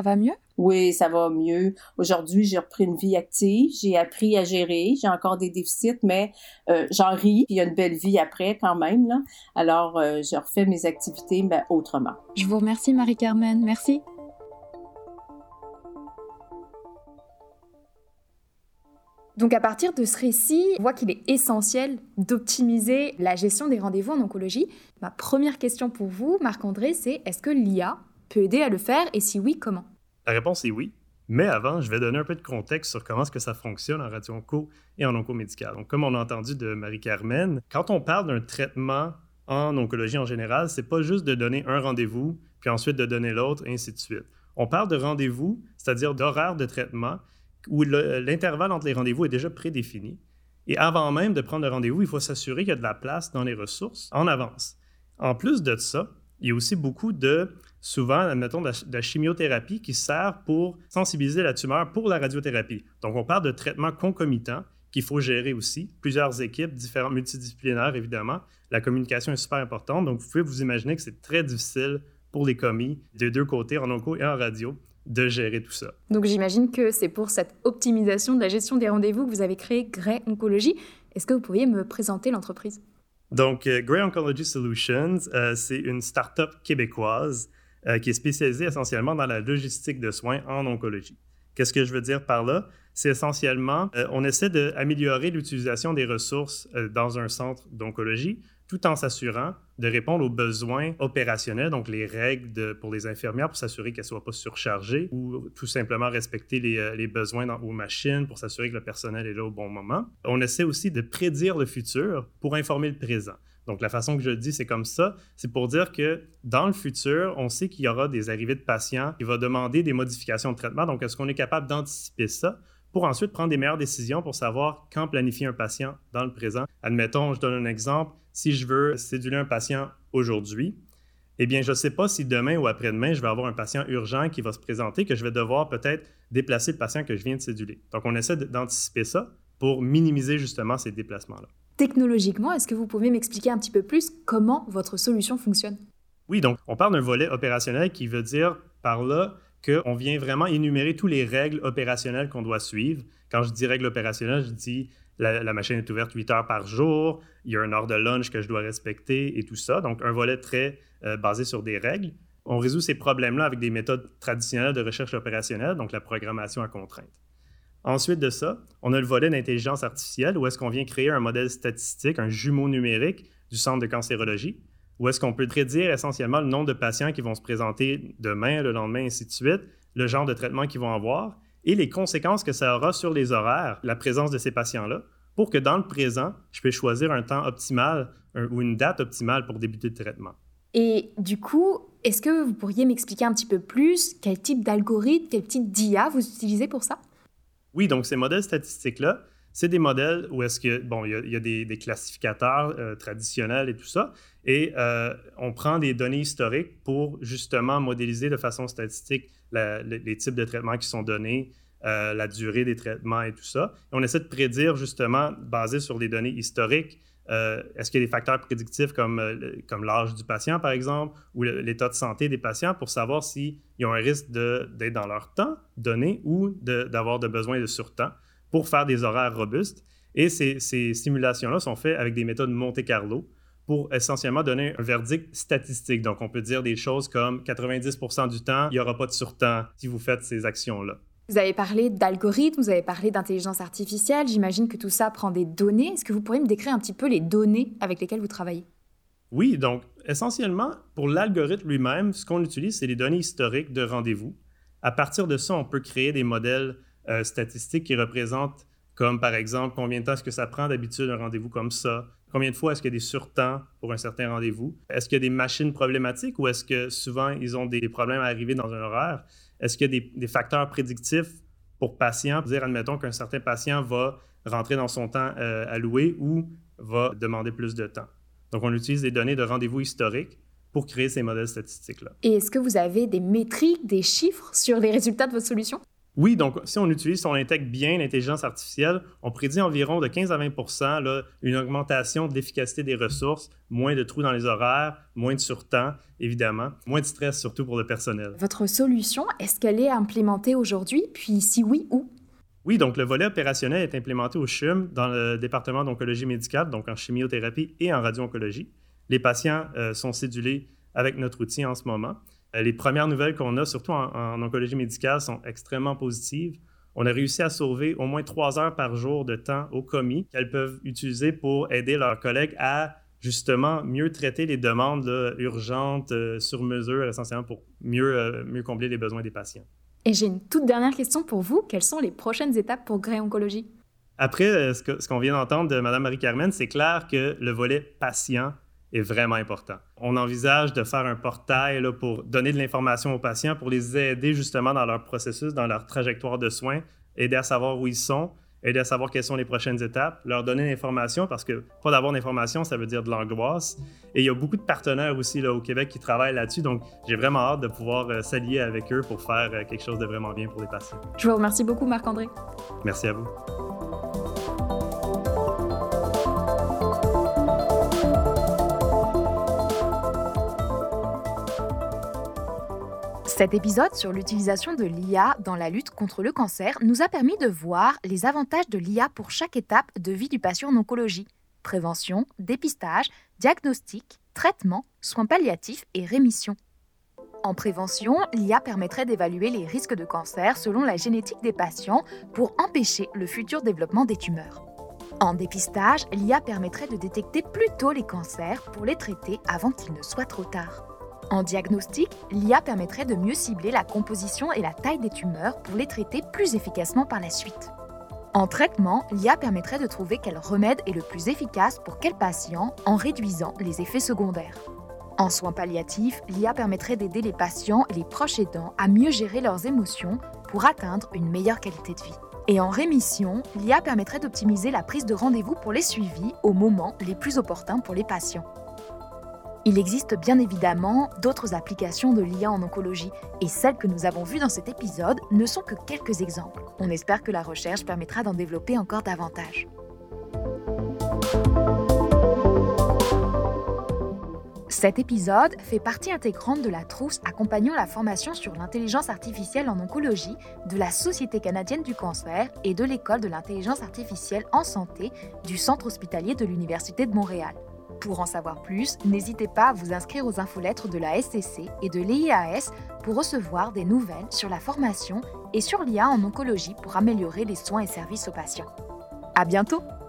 Oui, ça va mieux. Aujourd'hui, j'ai repris une vie active, j'ai appris à gérer, j'ai encore des déficits, mais euh, j'en ris, puis il y a une belle vie après quand même, là. Alors, euh, je refais mes activités, mais autrement. Je vous remercie, Marie-Carmen. Merci. Donc à partir de ce récit, on voit qu'il est essentiel d'optimiser la gestion des rendez-vous en oncologie. Ma première question pour vous, Marc-André, c'est est-ce que l'I A peut aider à le faire et si oui, comment? La réponse est oui. Mais avant, je vais donner un peu de contexte sur comment est-ce que ça fonctionne en radio-onco et en oncomédical. Donc, comme on a entendu de Marie-Carmen, quand on parle d'un traitement en oncologie en général, c'est pas juste de donner un rendez-vous, puis ensuite de donner l'autre, et ainsi de suite. On parle de rendez-vous, c'est-à-dire d'horaire de traitement, où le, l'intervalle entre les rendez-vous est déjà prédéfini. Et avant même de prendre le rendez-vous, il faut s'assurer qu'il y a de la place dans les ressources en avance. En plus de ça, il y a aussi beaucoup de, souvent, admettons, de la, de la chimiothérapie qui sert pour sensibiliser la tumeur pour la radiothérapie. Donc, on parle de traitements concomitants qu'il faut gérer aussi. Plusieurs équipes, différentes, multidisciplinaires, évidemment. La communication est super importante. Donc, vous pouvez vous imaginer que c'est très difficile pour les commis, des deux côtés, en onco et en radio, de gérer tout ça. Donc, j'imagine que c'est pour cette optimisation de la gestion des rendez-vous que vous avez créé Gray Oncology. Est-ce que vous pourriez me présenter l'entreprise? Donc, euh, Gray Oncology Solutions, euh, c'est une start-up québécoise euh, qui est spécialisée essentiellement dans la logistique de soins en oncologie. Qu'est-ce que je veux dire par là? C'est essentiellement, euh, on essaie d'améliorer l'utilisation des ressources euh, dans un centre d'oncologie, tout en s'assurant de répondre aux besoins opérationnels, donc les règles de, pour les infirmières pour s'assurer qu'elles ne soient pas surchargées ou tout simplement respecter les, euh, les besoins dans, aux machines pour s'assurer que le personnel est là au bon moment. On essaie aussi de prédire le futur pour informer le présent. Donc, la façon que je le dis, c'est comme ça. C'est pour dire que dans le futur, on sait qu'il y aura des arrivées de patients qui vont demander des modifications de traitement. Donc, est-ce qu'on est capable d'anticiper ça pour ensuite prendre des meilleures décisions pour savoir quand planifier un patient dans le présent? Admettons, je donne un exemple. Si je veux céduler un patient aujourd'hui, eh bien, je ne sais pas si demain ou après-demain, je vais avoir un patient urgent qui va se présenter, que je vais devoir peut-être déplacer le patient que je viens de céduler. Donc, on essaie d'anticiper ça pour minimiser justement ces déplacements-là. Technologiquement, est-ce que vous pouvez m'expliquer un petit peu plus comment votre solution fonctionne? Oui, donc on parle d'un volet opérationnel qui veut dire par là qu'on vient vraiment énumérer toutes les règles opérationnelles qu'on doit suivre. Quand je dis règles opérationnelles, je dis la, la machine est ouverte huit heures par jour, il y a une heure de lunch que je dois respecter et tout ça. Donc, un volet très euh, basé sur des règles. On résout ces problèmes-là avec des méthodes traditionnelles de recherche opérationnelle, donc la programmation à contrainte. Ensuite de ça, on a le volet d'intelligence artificielle où est-ce qu'on vient créer un modèle statistique, un jumeau numérique du centre de cancérologie, où est-ce qu'on peut prédire essentiellement le nombre de patients qui vont se présenter demain, le lendemain, ainsi de suite, le genre de traitement qu'ils vont avoir et les conséquences que ça aura sur les horaires, la présence de ces patients-là, pour que dans le présent, je puisse choisir un temps optimal un, ou une date optimale pour débuter le traitement. Et du coup, est-ce que vous pourriez m'expliquer un petit peu plus quel type d'algorithme, quel type d'I A vous utilisez pour ça? Oui, donc ces modèles statistiques-là, c'est des modèles où est-ce que, bon, il y a, il y a des, des classificateurs euh, traditionnels et tout ça, et euh, on prend des données historiques pour justement modéliser de façon statistique la, les, les types de traitements qui sont donnés, euh, la durée des traitements et tout ça. Et on essaie de prédire justement, basé sur des données historiques, euh, est-ce qu'il y a des facteurs prédictifs comme, euh, comme l'âge du patient, par exemple, ou le, l'état de santé des patients pour savoir s'ils ont un risque de, d'être dans leur temps donné ou de, d'avoir de besoin de surtemps pour faire des horaires robustes. Et ces, ces simulations-là sont faites avec des méthodes Monte-Carlo pour essentiellement donner un verdict statistique. Donc, on peut dire des choses comme quatre-vingt-dix pour cent du temps, il n'y aura pas de surtemps si vous faites ces actions-là. Vous avez parlé d'algorithmes, vous avez parlé d'intelligence artificielle. J'imagine que tout ça prend des données. Est-ce que vous pourriez me décrire un petit peu les données avec lesquelles vous travaillez? Oui, donc essentiellement, pour l'algorithme lui-même, ce qu'on utilise, c'est les données historiques de rendez-vous. À partir de ça, on peut créer des modèles euh, statistiques qui représentent, comme par exemple, combien de temps est-ce que ça prend d'habitude un rendez-vous comme ça? Combien de fois est-ce qu'il y a des surtemps pour un certain rendez-vous? Est-ce qu'il y a des machines problématiques ou est-ce que souvent ils ont des problèmes à arriver dans un horaire? Est-ce qu'il y a des, des facteurs prédictifs pour patients? Dire, admettons qu'un certain patient va rentrer dans son temps euh, alloué ou va demander plus de temps. Donc, on utilise des données de rendez-vous historiques pour créer ces modèles statistiques-là. Et est-ce que vous avez des métriques, des chiffres sur les résultats de votre solution? Oui, donc si on utilise, si on intègre bien l'intelligence artificielle, on prédit environ de quinze à vingt pour cent là, une augmentation de l'efficacité des ressources, moins de trous dans les horaires, moins de surtemps, évidemment, moins de stress surtout pour le personnel. Votre solution, est-ce qu'elle est implémentée aujourd'hui? Puis si oui, où? Oui, donc le volet opérationnel est implémenté au C H U M dans le département d'oncologie médicale, donc en chimiothérapie et en radio-oncologie. Les patients euh, sont cédulés avec notre outil en ce moment. Les premières nouvelles qu'on a, surtout en, en oncologie médicale, sont extrêmement positives. On a réussi à sauver au moins trois heures par jour de temps aux commis qu'elles peuvent utiliser pour aider leurs collègues à justement mieux traiter les demandes là, urgentes, euh, sur mesure, essentiellement pour mieux, euh, mieux combler les besoins des patients. Et j'ai une toute dernière question pour vous. Quelles sont les prochaines étapes pour Grey Oncologie? Après, euh, ce, que, ce qu'on vient d'entendre de Mme Marie-Carmen, c'est clair que le volet patient est vraiment important. On envisage de faire un portail là, pour donner de l'information aux patients, pour les aider justement dans leur processus, dans leur trajectoire de soins, aider à savoir où ils sont, aider à savoir quelles sont les prochaines étapes, leur donner l'information parce que pas d'avoir d'information, ça veut dire de l'angoisse. Et il y a beaucoup de partenaires aussi là, au Québec qui travaillent là-dessus, donc j'ai vraiment hâte de pouvoir euh, s'allier avec eux pour faire euh, quelque chose de vraiment bien pour les patients. Je vous remercie beaucoup, Marc-André. Merci à vous. Cet épisode sur l'utilisation de l'I A dans la lutte contre le cancer nous a permis de voir les avantages de l'I A pour chaque étape de vie du patient en oncologie. Prévention, dépistage, diagnostic, traitement, soins palliatifs et rémission. En prévention, l'I A permettrait d'évaluer les risques de cancer selon la génétique des patients pour empêcher le futur développement des tumeurs. En dépistage, l'I A permettrait de détecter plus tôt les cancers pour les traiter avant qu'il ne soit trop tard. En diagnostic, l'I A permettrait de mieux cibler la composition et la taille des tumeurs pour les traiter plus efficacement par la suite. En traitement, l'I A permettrait de trouver quel remède est le plus efficace pour quel patient en réduisant les effets secondaires. En soins palliatifs, l'I A permettrait d'aider les patients et les proches aidants à mieux gérer leurs émotions pour atteindre une meilleure qualité de vie. Et en rémission, l'I A permettrait d'optimiser la prise de rendez-vous pour les suivis au moment les plus opportuns pour les patients. Il existe bien évidemment d'autres applications de l'I A en oncologie, et celles que nous avons vues dans cet épisode ne sont que quelques exemples. On espère que la recherche permettra d'en développer encore davantage. Cet épisode fait partie intégrante de la trousse accompagnant la formation sur l'intelligence artificielle en oncologie de la Société canadienne du cancer et de l'École de l'intelligence artificielle en santé du Centre hospitalier de l'Université de Montréal. Pour en savoir plus, n'hésitez pas à vous inscrire aux infolettres de la S C C et de l'E I A S pour recevoir des nouvelles sur la formation et sur l'I A en oncologie pour améliorer les soins et services aux patients. À bientôt!